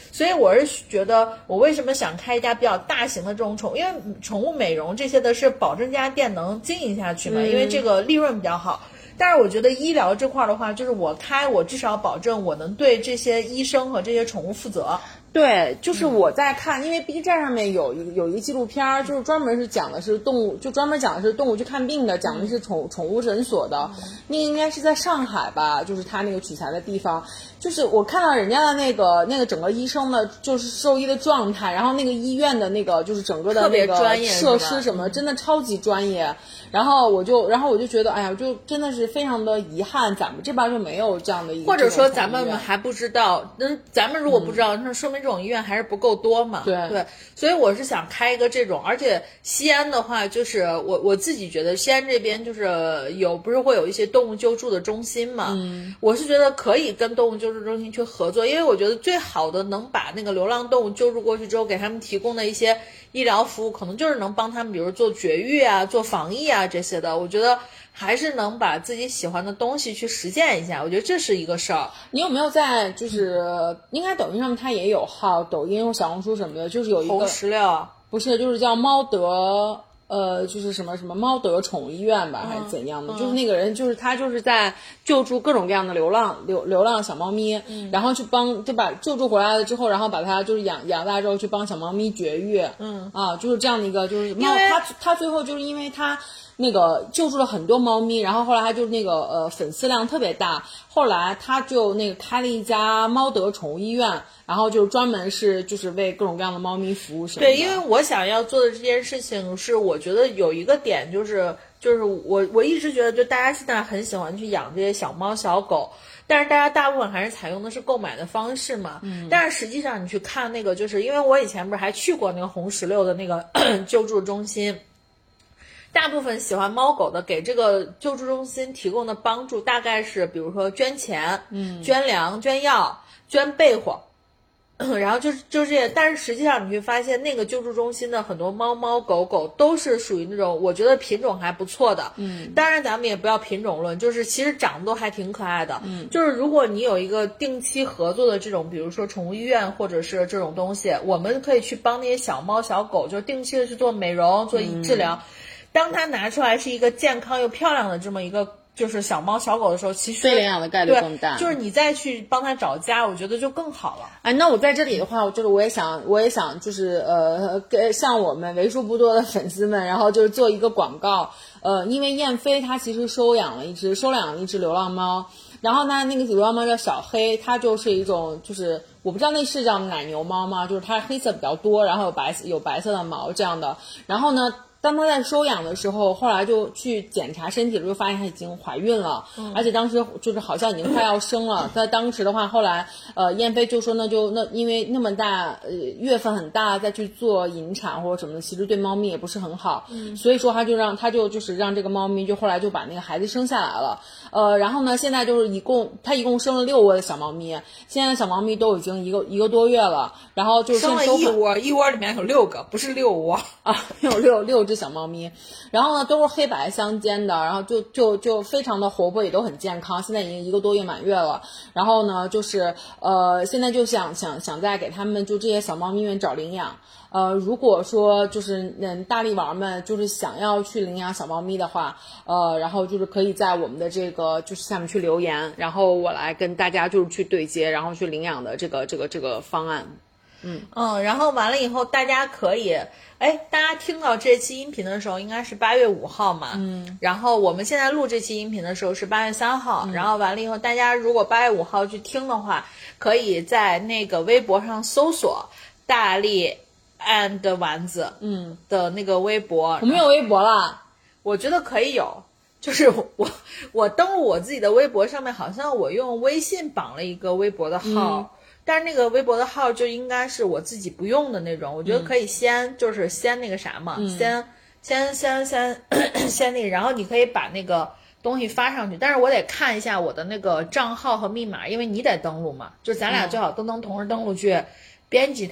所以我是觉得，我为什么想开一家比较大型的这种宠，因为宠物美容这些的是保证这家店能经营下去嘛， 嗯、 因为这个利润比较好。但是我觉得医疗这块的话，就是我开，我至少保证我能对这些医生和这些宠物负责。 对，就是我在看，嗯、因为 B 站上面有一有一个纪录片，就是专门是讲的是动物，就专门讲的是动物去看病的，讲的是宠宠物诊所的，嗯、那个应该是在上海吧，就是他那个取材的地方。就是我看到人家的那个那个整个医生的，就是兽医的状态，然后那个医院的那个就是整个的那个设施什么，真的超级专业。然后我就，然后我就觉得，哎呀，就真的是非常的遗憾，咱们这边就没有这样的一个， 或者说咱们还不知道，那咱们如果不知道，那、嗯、说明这种医院还是不够多嘛。 对对，所以我是想开一个这种，而且西安的话，就是我我自己觉得西安这边就是有不是会有一些动物救助的中心嘛， 嗯， 我是觉得可以跟动物救助中心去合作，因为我觉得最好的能把那个流浪动物救助过去之后，给他们提供的一些医疗服务，可能就是能帮他们，比如做绝育啊、做防疫啊这些的。我觉得还是能把自己喜欢的东西去实践一下，我觉得这是一个事儿。 你有没有在就是应该抖音上面它也有号，抖音或小红书什么的，就是有一个红石榴， 不是，就是叫猫德。呃，就是什么什么猫德宠物医院吧，还是怎样的？ 嗯、 就是那个人，就是他，就是在救助各种各样的流浪流流浪小猫咪， 嗯、 然后去帮就把救助回来了之后，然后把它就是养养大之后去帮小猫咪绝育， 嗯啊，就是这样的一个，就是猫，他他最后就是因为他那个救助了很多猫咪，然后后来他就那个呃粉丝量特别大，后来他就那个开了一家猫德宠物医院。然后就专门是就是为各种各样的猫咪服务什么的。 对，因为我想要做的这件事情是，我觉得有一个点就是就是我我一直觉得，就大家现在很喜欢去养这些小猫小狗，但是大家大部分还是采用的是购买的方式嘛。嗯。但是实际上你去看那个，就是因为我以前不是还去过那个红石榴的那个救助中心。大部分喜欢猫狗的给这个救助中心提供的帮助，大概是比如说捐钱、嗯，捐粮、捐药、捐被窝。然后就是就这些，但是实际上你会发现，那个救助中心的很多猫猫狗狗都是属于那种我觉得品种还不错的。嗯，当然咱们也不要品种论，就是其实长得都还挺可爱的。嗯，就是如果你有一个定期合作的这种，比如说宠物医院或者是这种东西，我们可以去帮那些小猫小狗，就定期的去做美容、做治疗。嗯、当它拿出来是一个健康又漂亮的这么一个。就是小猫小狗的时候，其实被领养的概率更大。 就是你再去帮它找家，我觉得就更好了。 哎，那我在这里的话，就是我也想，我也想，就是呃，给向我们为数不多的粉丝们，然后就是做一个广告。呃，因为燕飞它其实收养了一只，收养了一只流浪猫，然后呢，那个流浪猫叫小黑，它就是一种，就是我不知道那是叫奶牛猫吗？就是它黑色比较多，然后有白有白色的毛这样的。然后呢，当他在收养的时候，后来就去检查身体了，就发现他已经怀孕了，嗯、而且当时就是好像已经快要生了。在当时的话，后来呃燕飞就说那就那因为那么大呃月份很大，再去做引产或者什么的，其实对猫咪也不是很好，嗯、所以说他就让他就就是让这个猫咪就后来就把那个孩子生下来了。呃，然后呢，现在就是一共他一共生了六窝的小猫咪，现在小猫咪都已经一个一个多月了，然后就生了一窝，一窝里面有六个，不是六窝啊，有六六只小猫咪，然后呢都是黑白相间的，然后就就就非常的活泼，也都很健康，现在已经一个多月满月了。然后呢，就是呃，现在就想想想再给他们就这些小猫咪们找领养。呃，如果说就是嗯大力丸们就是想要去领养小猫咪的话，呃，然后就是可以在我们的这个就是下面去留言，然后我来跟大家就是去对接，然后去领养的这个这个这个方案。嗯嗯，然后完了以后，大家可以，哎，大家听到这期音频的时候应该是八月五号嘛，嗯，然后我们现在录这期音频的时候是八月三号，嗯、然后完了以后，大家如果八月五号去听的话，可以在那个微博上搜索大力 and 丸子，嗯的那个微博， 我没有微博了， 我觉得可以有。就是我我登录我自己的微博上面，好像我用微信绑了一个微博的号。嗯，但是那个微博的号就应该是我自己不用的那种，我觉得可以先、嗯、就是先那个啥嘛，嗯、先先先先先那个，然后你可以把那个东西发上去，但是我得看一下我的那个账号和密码，因为你得登录嘛，就咱俩最好都能同时登录去编辑它嘛。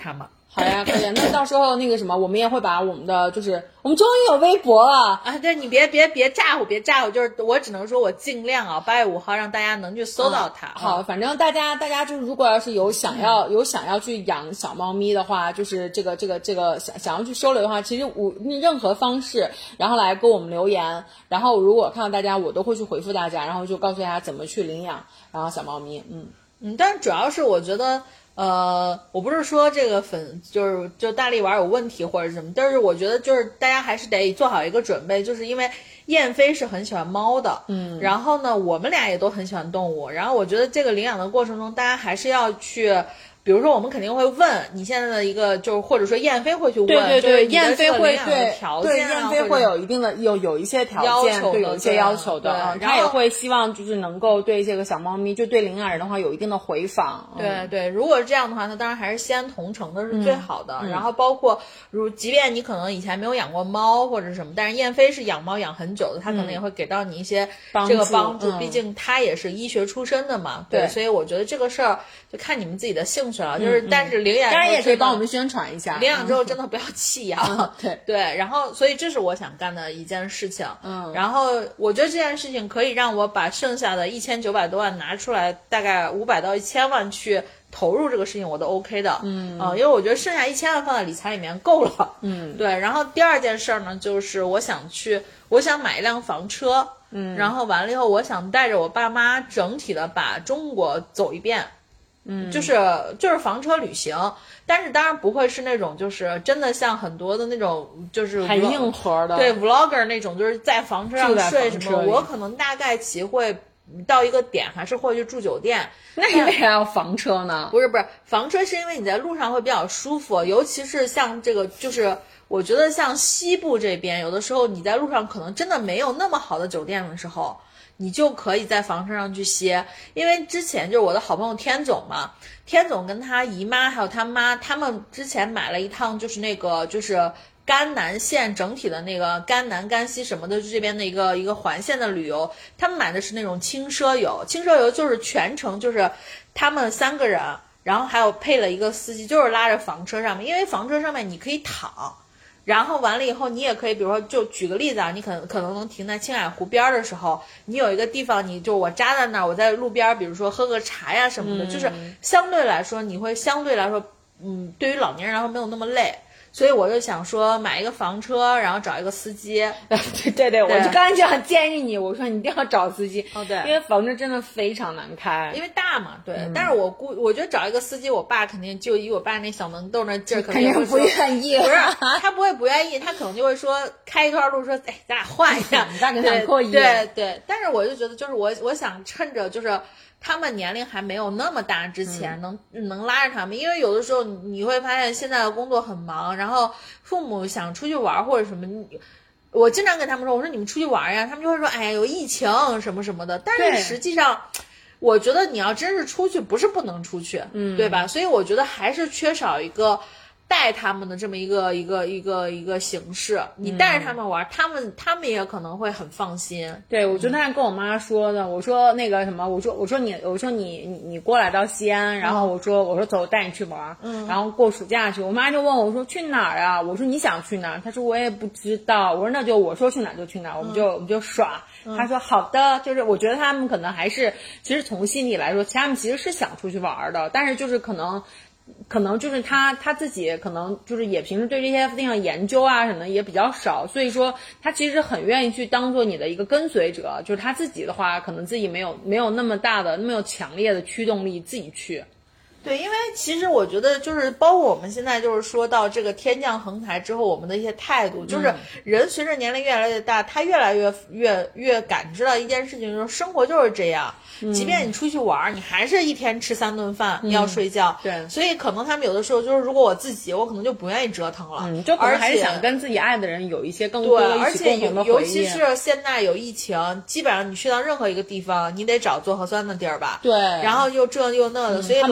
好呀，可以。那到时候那个什么，我们也会把我们的，就是我们终于有微博了啊！对，你别别别咋呼，别咋呼，就是我只能说我尽量啊，八月五号让大家能去搜到它。 嗯、好，反正大家大家就是如果要是有想要、嗯、有想要去养小猫咪的话，就是这个这个这个想想要去收留的话，其实我任何方式，然后来给我们留言，然后如果看到大家，我都会去回复大家，然后就告诉大家怎么去领养然后小猫咪。嗯嗯，但是主要是我觉得。呃，我不是说这个粉就是就大力丸有问题或者什么，但是我觉得就是大家还是得做好一个准备，就是因为燕飞是很喜欢猫的，嗯，然后呢，我们俩也都很喜欢动物，然后我觉得这个领养的过程中，大家还是要去。比如说，我们肯定会问你现在的一个，就是或者说燕飞会去问， 对对对，燕飞会对条件、啊、 对燕飞会有一定的有有一些条件，对有一些要求的， 啊、 他也会希望就是能够对这个小猫咪，就对领养人的话有一定的回访。 对、嗯、对，如果是这样的话，那当然还是西安同城的是最好的。 嗯、 然后包括如即便你可能以前没有养过猫或者什么，但是燕飞是养猫养很久的，他可能也会给到你一些这个帮助， 嗯、 毕竟他也是医学出身的嘛。对， 对所以我觉得这个事儿就看你们自己的兴趣了，就是、嗯、但是。领养当然也可以帮我们宣传一下。 领养之后真的不要弃养， 嗯、对对。然后，所以这是我想干的一件事情。 嗯， 然后我觉得这件事情可以让我把剩下的一千九百多万拿出来，大概五百到一千万去投入这个事情，我都 OK 的。 嗯， 呃，因为我觉得剩下一千万放在理财里面够了。 嗯， 对。然后第二件事呢，就是我想去，我想买一辆房车。 嗯， 然后完了以后，我想带着我爸妈整体的把中国走一遍。 嗯， 就是就是房车旅行，但是当然不会是那种就是真的像很多的那种就是很硬核的， 对 vlogger 那种就是在房车上睡什么，我可能大概其会到一个点还是会去住酒店。 那你为啥要房车呢？ 不是不是，房车是因为你在路上会比较舒服，尤其是像这个就是我觉得像西部这边，有的时候你在路上可能真的没有那么好的酒店的时候。你就可以在房车上去歇，因为之前就是我的好朋友天总嘛，天总跟他姨妈还有他妈，他们之前买了一趟就是那个就是甘南线整体的那个甘南甘西什么的，就这边的一个一个环线的旅游，他们买的是那种轻奢游，轻奢游就是全程就是他们三个人，然后还有配了一个司机，就是拉着房车上面，因为房车上面你可以躺。然后完了以后，你也可以，比如说，就举个例子啊，你可能可能能停在青海湖边的时候，你有一个地方，你就我扎在那儿，我在路边，比如说喝个茶呀什么的， 嗯、 就是相对来说，你会相对来说，嗯，对于老年人来说没有那么累。所以我就想说买一个房车，然后找一个司机。 对对对，我就刚才就想建议你，我说你一定要找司机。 哦，对， 因为房车真的非常难开， 因为大嘛。对， 嗯、 但是我估我觉得找一个司机，我爸肯定就以我爸那小萌豆那劲儿，肯定不愿意。 不是，他不会不愿意，他可能就会说开一段路说，哎，咱俩换一下。 你爸肯定想过瘾。 对对，但是我就觉得，就是我我想趁着就是。他们年龄还没有那么大之前能，能、嗯、能拉着他们，因为有的时候你会发现现在的工作很忙，然后父母想出去玩或者什么，我经常跟他们说，我说你们出去玩呀，他们就会说，哎呀，有疫情什么什么的，但是实际上，我觉得你要真是出去，不是不能出去， 嗯， 对吧？所以我觉得还是缺少一个。带他们的这么一个一个一个一个形式，你带着他们玩，嗯、他们他们也可能会很放心。 对，我就那样跟我妈说的，我说那个什么，我说我说你我说你你你过来到西安，然后我说我说走，我带你去玩，嗯，然后过暑假去。我妈就问我说去哪儿啊？我说你想去哪儿？她说我也不知道。我说那就我说去哪儿就去哪儿，我们就、嗯、我们就耍。她说好的，就是我觉得他们可能还是其实从心里来说，他们其实是想出去玩的，但是就是可能。可能就是他他自己可能就是也平时对这些地方研究啊什么的也比较少，所以说他其实很愿意去当做你的一个跟随者，就是他自己的话可能自己没有没有那么大的那么有强烈的驱动力自己去。 对，因为其实我觉得就是包括我们现在就是说到这个天降横财之后，我们的一些态度，就是人随着年龄越来越大，他越来越越越感知到一件事情，就是生活就是这样。即便你出去玩，你还是一天吃三顿饭， 嗯、 你要睡觉。 对， 所以可能他们有的时候就是，如果我自己，我可能就不愿意折腾了。 嗯，就可能还是想跟自己爱的人有一些更多对，而且共同的回忆。 尤其是现在有疫情，基本上你去到任何一个地方，你得找做核酸的地儿吧？ 对， 然后又这又那的， 嗯、 所以老人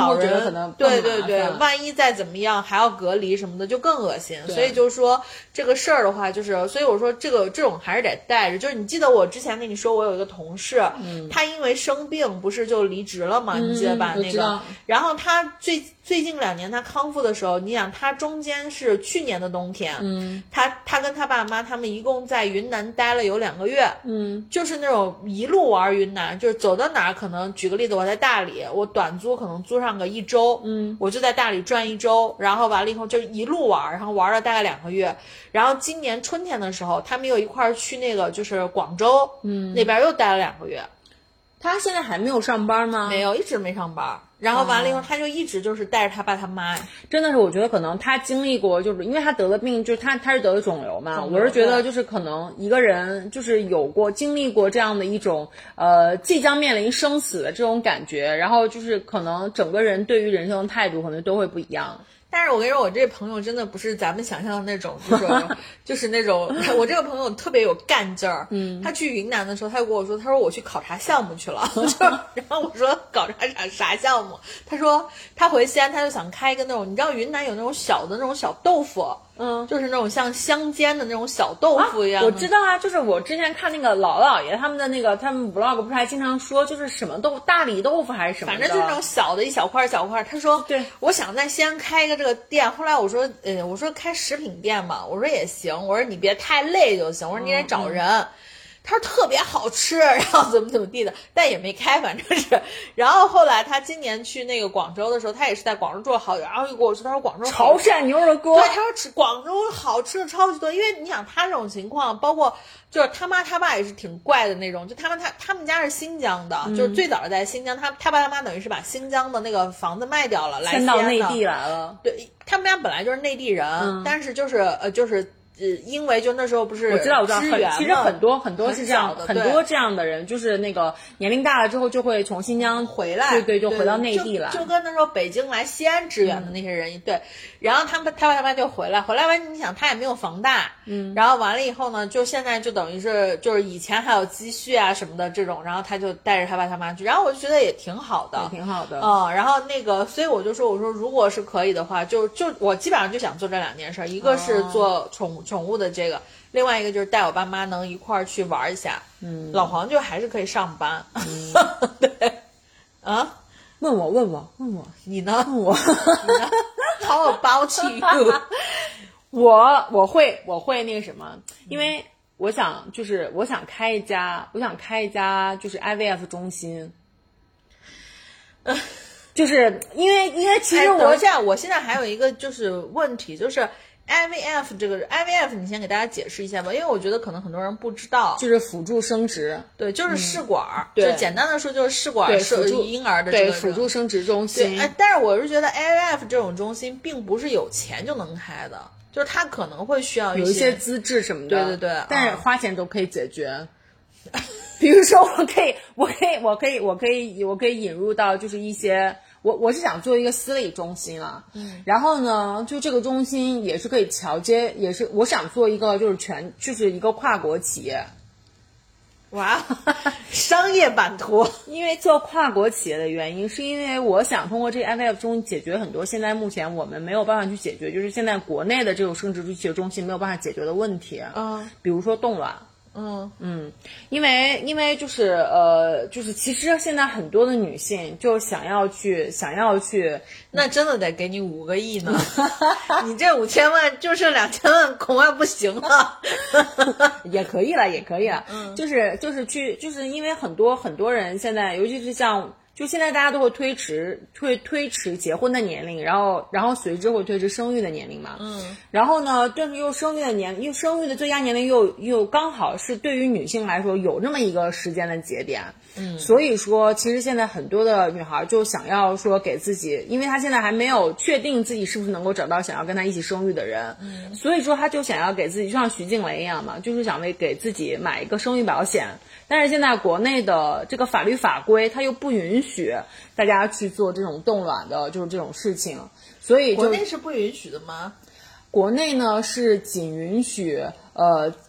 可能更对对对， 麻烦万一再怎么样还要隔离什么的，就更恶心。所以就是说这个事儿的话，就是所以我说这个这种还是得带着。就是你记得我之前跟你说，我有一个同事，嗯，他因为生病不是就离职了吗？ 嗯、 你记得吧？那个， 然后他最最近两年他康复的时候，你想他中间是去年的冬天， 嗯， 他他跟他爸妈他们一共在云南待了有两个月， 嗯， 就是那种一路玩云南，就是走到哪儿可能举个例子，我在大理，我短租可能租上个一周， 嗯， 我就在大理转一周，然后完了以后就一路玩，然后玩了大概两个月，然后今年春天的时候，他们又一块儿去那个就是广州， 嗯， 那边又待了两个月。 他现在还没有上班吗？ 没有，一直没上班。然后完了以后，他就一直就是带着他爸他妈。 真的是，我觉得可能他经历过，就是因为他得的病，就是他他是得的肿瘤嘛。我是觉得就是可能一个人就是有过经历过这样的一种呃即将面临生死的这种感觉，然后就是可能整个人对于人生的态度可能都会不一样。 但是我跟你说，我这朋友真的不是咱们想象的那种，就是就是那种，我这个朋友特别有干劲儿。嗯，他去云南的时候，他就跟我说，他说我去考察项目去了。就然后我说考察啥啥项目？他说他回西安，他就想开一个那种，你知道云南有那种小的那种小豆腐。嗯，就是那种像乡间的那种小豆腐一样、 啊。我知道啊，就是我之前看那个老姥爷他们的那个，他们 vlog 不是还经常说，就是什么豆腐，大理豆腐还是什么的， 反正就是那种小的一小块小块。他说， 对， 我想在西安开一个这个店。后来我说，呃，我说开食品店嘛，我说也行，我说你别太累就行，我说你得找人。嗯嗯他说特别好吃，然后怎么怎么地的，但也没开，反正是。然后后来他今年去那个广州的时候，他也是在广州住了好久，然后又跟我说，他说广州潮汕牛肉锅， 对，他说吃广州好吃的超级多，因为你想他这种情况，包括就是他妈他爸也是挺怪的那种，就他们他他们家是新疆的，嗯、就是最早是在新疆，他他爸他妈等于是把新疆的那个房子卖掉了，来迁到内地来了。 对，他们家本来就是内地人，嗯、但是就是呃就是。呃，因为就那时候不是我知道我知道，其实很多很多是这样的， 很多这样的人，就是那个年龄大了之后就会从新疆回来， 对对，就回到内地来， 就, 就跟那时候北京来西安支援的那些人、嗯、对，然后他们他爸他妈就回来，回来完你想他也没有房贷，嗯，然后完了以后呢，就现在就等于是就是以前还有积蓄啊什么的这种，然后他就带着他爸他妈去，然后我就觉得也挺好的， 也挺好的， 嗯，然后那个，所以我就说我说如果是可以的话，就就我基本上就想做这两件事，一个是做宠宠物的这个。另外一个就是带我爸妈能一块儿去玩一下，嗯，老黄就还是可以上班，嗯，对，啊， 问我问我问我， 你呢？ 问我， 你呢 ？How about you？ 我我会我会那个什么，因为我想就是我想开一家，我想开一家就是 I V F 中心，呃，就是因为因为其实我、 哎、等一下，我现在还有一个就是问题就是。I V F 这个 I V F 你先给大家解释一下吧，因为我觉得可能很多人不知道， 就是辅助生殖， 对，就是试管， 嗯、 对，就简单的说就是试管是婴儿的这个对辅助生殖中心。 哎，但是我是觉得 I V F 这种中心并不是有钱就能开的，就是它可能会需要有一些资质什么的， 对对对， 但是花钱都可以解决。嗯、比如说，我可以，我可以，我可以，我可以，我可以引入到就是一些。我我是想做一个私立中心了，嗯，然后呢，就这个中心也是可以桥接，也是我想做一个就是全就是一个跨国企业， 哇，商业版图。 因为做跨国企业的原因，是因为我想通过这个 I V F 中解决很多现在目前我们没有办法去解决，就是现在国内的这种生殖医学中心没有办法解决的问题，嗯，比如说冻卵。嗯嗯，因为因为就是呃，就是其实现在很多的女性就想要去想要去， 那真的得给你五个亿呢，你这五千万就剩两千万，恐怕不行了。 也可以了，也可以了，嗯，就是就是去，就是因为很多很多人现在，尤其是像。就现在大家都会推迟推推迟结婚的年龄，然后然后随之会推迟生育的年龄嘛。嗯。然后呢，但是又生育的年又生育的最佳年龄又又刚好是对于女性来说有这么一个时间的节点。嗯。所以说，其实现在很多的女孩就想要说给自己，因为她现在还没有确定自己是不是能够找到想要跟她一起生育的人。嗯。所以说，她就想要给自己，就像徐静蕾一样嘛，就是想为给自己买一个生育保险。但是现在国内的这个法律法规，它又不允许大家去做这种冻卵的，就是这种事情，所以就国内是不允许的吗？ 国内呢是仅允许呃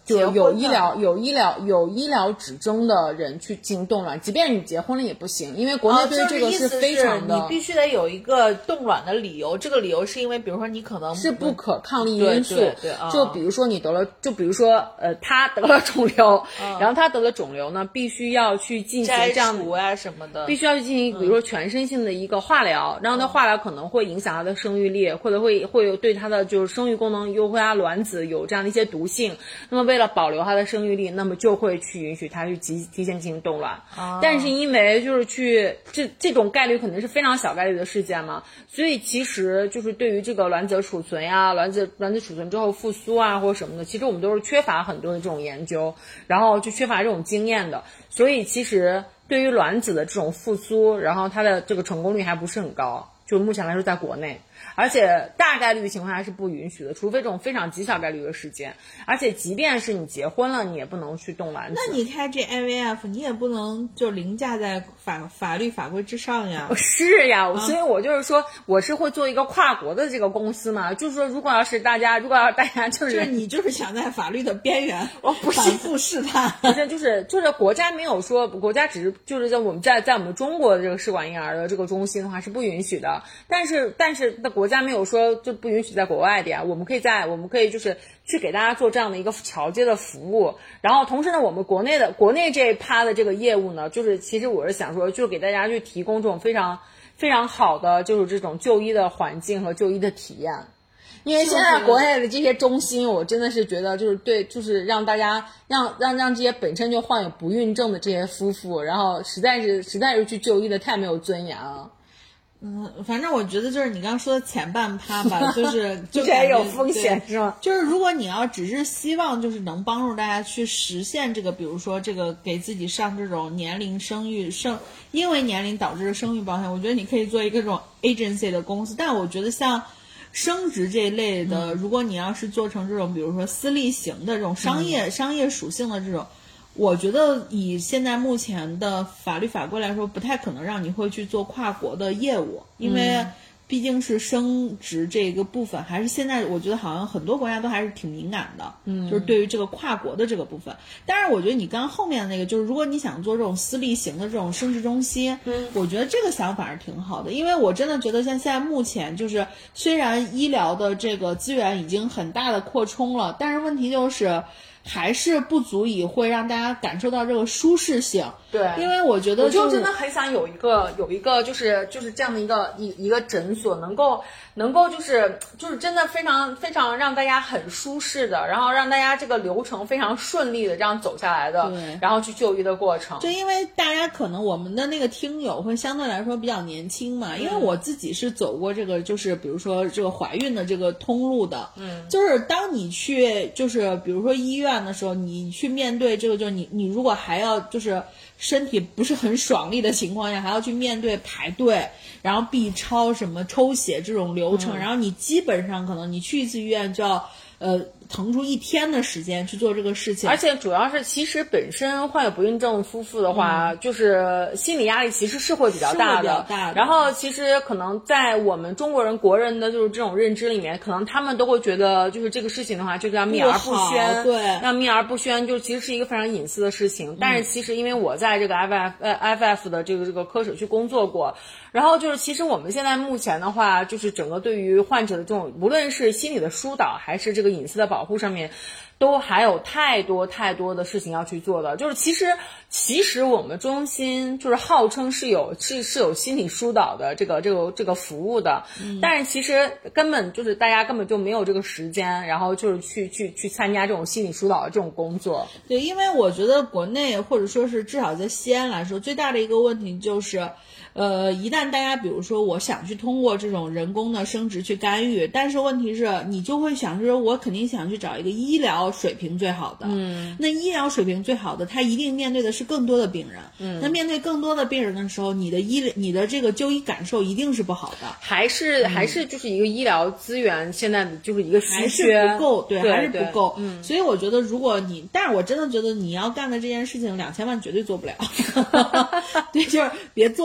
就有医疗有医疗有医疗指征的人去进行冻卵，即便你结婚了也不行，因为国内对这个是非常的、 哦就是、你必须得有一个冻卵的理由，这个理由是因为比如说你可能是不可抗力因素， 对对对哦、 就比如说你得了，就比如说呃他得了肿瘤、嗯，然后他得了肿瘤呢，必须要去进行这样的啊什么的， 必须要去进行比如说全身性的一个化疗，嗯、然后那化疗可能会影响他的生育力，或者会会有对他的就是生育功能，又会他卵子有这样的一些毒性，那么为了保留他的生育力，那么就会去允许他去提提前进行冻卵、哦、但是因为就是去这这种概率肯定是非常小概率的事件嘛，所以其实就是对于这个卵子储存呀、卵子卵子储存之后复苏啊或者什么的，其实我们都是缺乏很多的这种研究，然后就缺乏这种经验的，所以其实对于卵子的这种复苏，然后它的这个成功率还不是很高，就目前来说在国内，而且大概率的情况下是不允许的，除非这种非常极小概率的事件，而且即便是你结婚了，你也不能去冻卵子。 那你开这 I V F 你也不能就凌驾在法法律法规之上呀。 是呀、啊、所以我就是说我是会做一个跨国的这个公司嘛，就是说如果要是大家如果要是大家就是、 就是、你就是想在法律的边缘我不是反复试探， 不是就是就是国家没有说，国家只是就是在我们在在我们中国的这个试管婴儿的这个中心的话是不允许的，但是但是的国家没有说就不允许在国外的呀，我们可以在我们可以就是去给大家做这样的一个桥接的服务，然后同时呢我们国内的国内这一趴的这个业务呢，就是其实我是想说就是给大家去提供这种非常非常好的就是这种就医的环境和就医的体验。因为现在国内的这些中心，我真的是觉得就是对，就是让大家让让让这些本身就患有不孕症的这些夫妇，然后实在是实在是去就医的太没有尊严了。 嗯，反正我觉得就是你刚刚说的前半趴吧，就是就也有风险是吗？ 就是如果你要只是希望就是能帮助大家去实现这个，比如说这个给自己上这种年龄生育生，因为年龄导致的生育保险，我觉得你可以做一个这种 agency 的公司，但我觉得像生殖这一类的、嗯、如果你要是做成这种比如说私立型的这种商业、嗯、商业属性的这种，我觉得以现在目前的法律法规来说不太可能让你会去做跨国的业务，因为毕竟是生殖这个部分还是现在我觉得好像很多国家都还是挺敏感的，嗯，就是对于这个跨国的这个部分。但是我觉得你刚刚后面的那个就是如果你想做这种私立型的这种生殖中心，嗯，我觉得这个想法是挺好的，因为我真的觉得像现在目前就是虽然医疗的这个资源已经很大的扩充了，但是问题就是还是不足以会让大家感受到这个舒适性。 对， 因为我觉得、就是、 我就真的很想有一个有一个就是就是这样的一个一一个诊所，能够能够就是就是真的非常非常让大家很舒适的，然后让大家这个流程非常顺利的这样走下来的，然后去就医的过程。 就因为大家可能我们的那个听友会相对来说比较年轻嘛，因为我自己是走过这个就是比如说这个怀孕的这个通路的，嗯，就是当你去就是比如说医院的时候，你去面对这个就是你你如果还要就是身体不是很爽利的情况下还要去面对排队然后 B 超什么抽血这种流程、嗯、然后你基本上可能你去一次医院就要呃腾出一天的时间去做这个事情， 而且主要是其实本身患有不孕症夫妇的话、嗯、就是心理压力其实是会比较大的， 比较大的。 然后其实可能在我们中国人国人的就是这种认知里面，可能他们都会觉得就是这个事情的话就叫秘而不宣， 对， 要秘而不宣，就其实是一个非常隐私的事情、嗯、但是其实因为我在这个 F F 呃 F F 的这个这个科室去工作过，然后就是其实我们现在目前的话就是整个对于患者的这种无论是心理的疏导还是这个隐私的保护上面都还有太多太多的事情要去做的，就是其实其实我们中心就是号称是有是是有心理疏导的这个这个这个服务的、嗯、但是其实根本就是大家根本就没有这个时间，然后就是去去去参加这种心理疏导的这种工作。 对，因为我觉得国内或者说是至少在西安来说最大的一个问题就是呃，一旦大家比如说我想去通过这种人工的生殖去干预，但是问题是你就会想说我肯定想去找一个医疗水平最好的，嗯，那医疗水平最好的他一定面对的是更多的病人，嗯，那面对更多的病人的时候，你的医你的这个就医感受一定是不好的， 还是、嗯、还是就是一个医疗资源现在的就是一个稀缺， 还是不够，对， 对还是不够，嗯，所以我觉得如果你，但是我真的觉得你要干的这件事情两千万绝对做不了，对，就是别做梦了。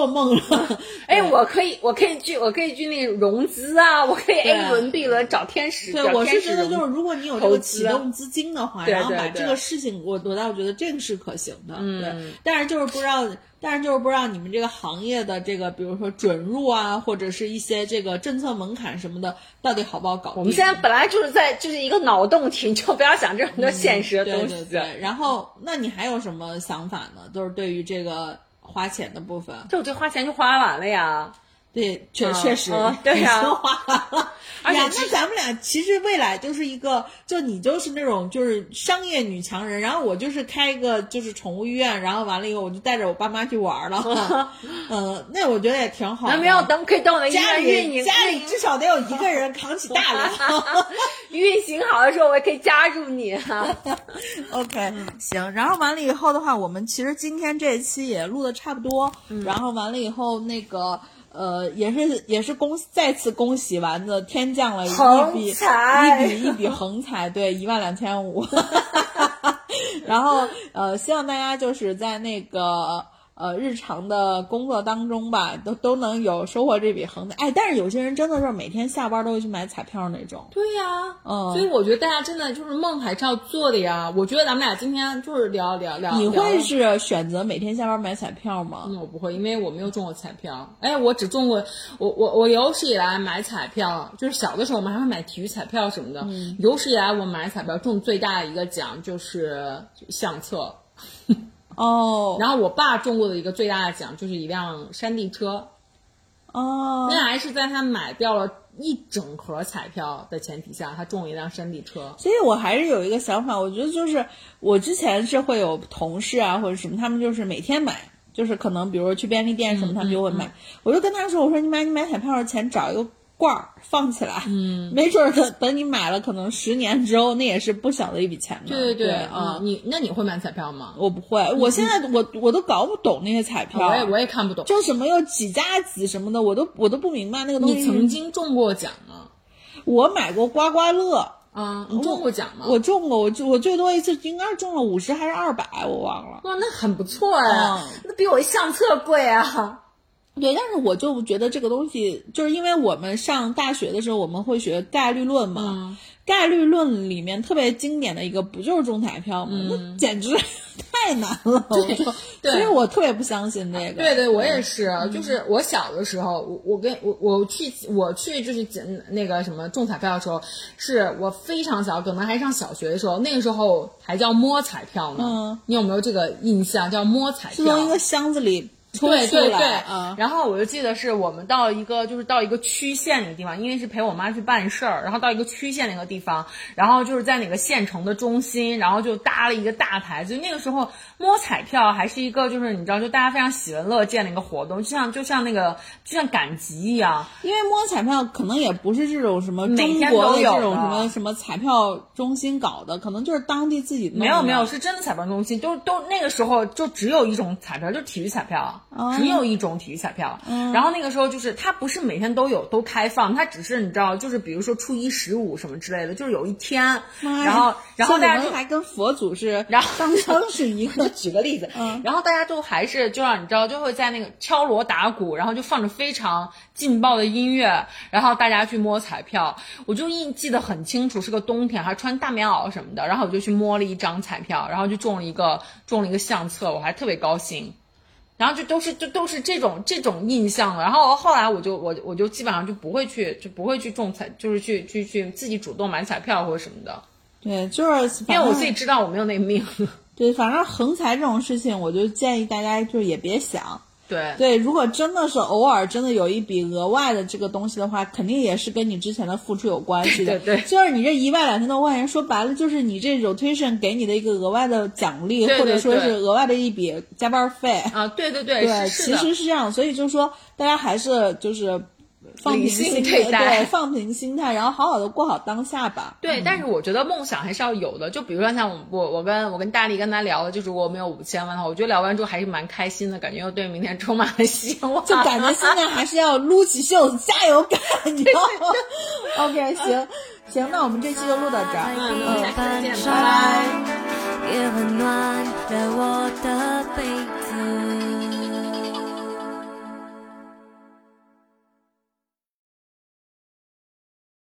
哎，我可以，我可以去，我可以去那个融资啊，我可以 A 轮 B 轮找天使。 对，我是觉得就是如果你有这个启动资金的话， 对对对， 然后把这个事情，我我倒觉得这个是可行的。 嗯， 对，但是就是不知道。但是就是不知道你们这个行业的这个，比如说准入啊，或者是一些这个政策门槛什么的，到底好不好搞定？ 我们现在本来就是在就是一个脑洞题，你就不要想这种多现实的东西。 嗯、对对对。然后，那你还有什么想法呢？就是对于这个花钱的部分， 就我这花钱就花完了呀。 对，确、嗯、确实， 嗯、对呀、 啊，花完了。而且那咱们俩其实未来就是一个，就你就是那种就是商业女强人，然后我就是开一个就是宠物医院，然后完了以后我就带着我爸妈去玩了。嗯，那我觉得也挺好的。 那没有等可以等我的医院运营， 家里至少得有一个人扛起大梁。 运行好的时候，我也可以加入你。 OK， 行。然后完了以后的话，我们其实今天这一期也录的差不多。嗯、然后完了以后那个。呃，也是也是恭再次恭喜丸子天降了一笔一笔一笔横财，对，一万两千五。然后呃，希望大家就是在那个呃日常的工作当中吧，都都能有收获这笔横财。哎，但是有些人真的是每天下班都会去买彩票那种。 对呀、啊， 嗯， 所以我觉得大家真的就是梦还是要做的呀。我觉得咱们俩今天就是聊聊聊。 你会是选择每天下班买彩票吗？ 嗯，我不会，因为我没有中过彩票。哎，我只中过我我我有史以来买彩票，就是小的时候我们还会买体育彩票什么的。嗯，有史以来我买彩票中最大的一个奖就是相册。 哦， 然后我爸中过的一个最大的奖就是一辆山地车。 哦， 那还是在他买掉了一整盒彩票的前提下，他中了一辆山地车。 所以我还是有一个想法，我觉得就是我之前是会有同事啊或者什么，他们就是每天买，就是可能比如说去便利店什么，他们就会买。嗯嗯嗯，我就跟他说，我说你买你买彩票的钱找一个罐儿放起来，嗯，没准等等你买了，可能十年之后那也是不小的一笔钱呢。 对对对， 对啊、 嗯，你那你会买彩票吗？ 我不会，我现在我我都搞不懂那些彩票， 我也我也看不懂， 就什么有几加几什么的，我都我都不明白那个东西。 你曾经中过奖吗？ 我买过刮刮乐。 嗯，你中过奖吗？ 我中过，我就我最多一次应该是中了五十还是二百，我忘了。 哇，那很不错哎，嗯、那比我一相册贵啊。 对，但是我就觉得这个东西，就是因为我们上大学的时候我们会学概率论嘛，嗯、概率论里面特别经典的一个不就是中彩票吗？嗯、那简直太难了， 对， 所以我特别不相信这个。 对对，我也是，嗯、就是我小的时候，我我跟我我去我去就是那个什么中彩票的时候，是我非常小，可能还上小学的时候，那个时候还叫摸彩票呢。嗯，你有没有这个印象？叫摸彩票， 是从一个箱子里。 对对对， 嗯， 然后我就记得是我们到一个就是到一个区县那个地方，因为是陪我妈去办事儿，然后到一个区县那个地方，然后就是在哪个县城的中心，然后就搭了一个大台，就那个时候摸彩票还是一个就是你知道就大家非常喜闻乐见的一个活动，就像就像那个就像赶集一样， 因为摸彩票可能也不是这种什么中国的这种什么什么彩票中心搞的，可能就是当地自己的。 没有没有，是真的彩票中心，都都那个时候就只有一种彩票，就是体育彩票。 哦、 只有一种体育彩票，嗯、然后那个时候就是它不是每天都有都开放，它只是你知道就是比如说初一十五什么之类的，就是有一天，然后然后大家就还跟佛祖是然后当当是一个举个例子， 嗯、 然后大家就还是就让你知道就会在那个敲锣打鼓，然后就放着非常劲爆的音乐，然后大家去摸彩票，我就印记得很清楚，是个冬天，还穿大棉袄什么的，然后我就去摸了一张彩票，然后就中了一个中了一个相册，我还特别高兴。然后就都是就都是这种这种印象了，然后后来我就我我就基本上就不会去就不会去中彩，就是去去去自己主动买彩票或者什么的。 对，就是因为我自己知道我没有那个命。 对，反正横财这种事情，我就建议大家就也别想。 对对，如果真的是偶尔真的有一笔额外的这个东西的话，肯定也是跟你之前的付出有关系的。 对对， 就是你这一万两千多万元，说白了就是你这 rotation 给你的一个额外的奖励， 对对对， 或者说是额外的一笔加班费啊。对对对， 对， 是其实是这样，所以就是说大家还是就是放平心态，对，放平心态，然后好好的过好当下吧。 对，嗯、但是我觉得梦想还是要有的。就比如说像我，我跟我跟大力跟他聊的，就是我没有五千万的话，我觉得聊完之后还是蛮开心的，感觉又对明天充满了希望。 就感觉现在还是要撸起袖子加油干，你知道吗？OK， 行行，那我们这期就录到这儿， 嗯，下期见，拜拜拜。 也温暖了我的被子。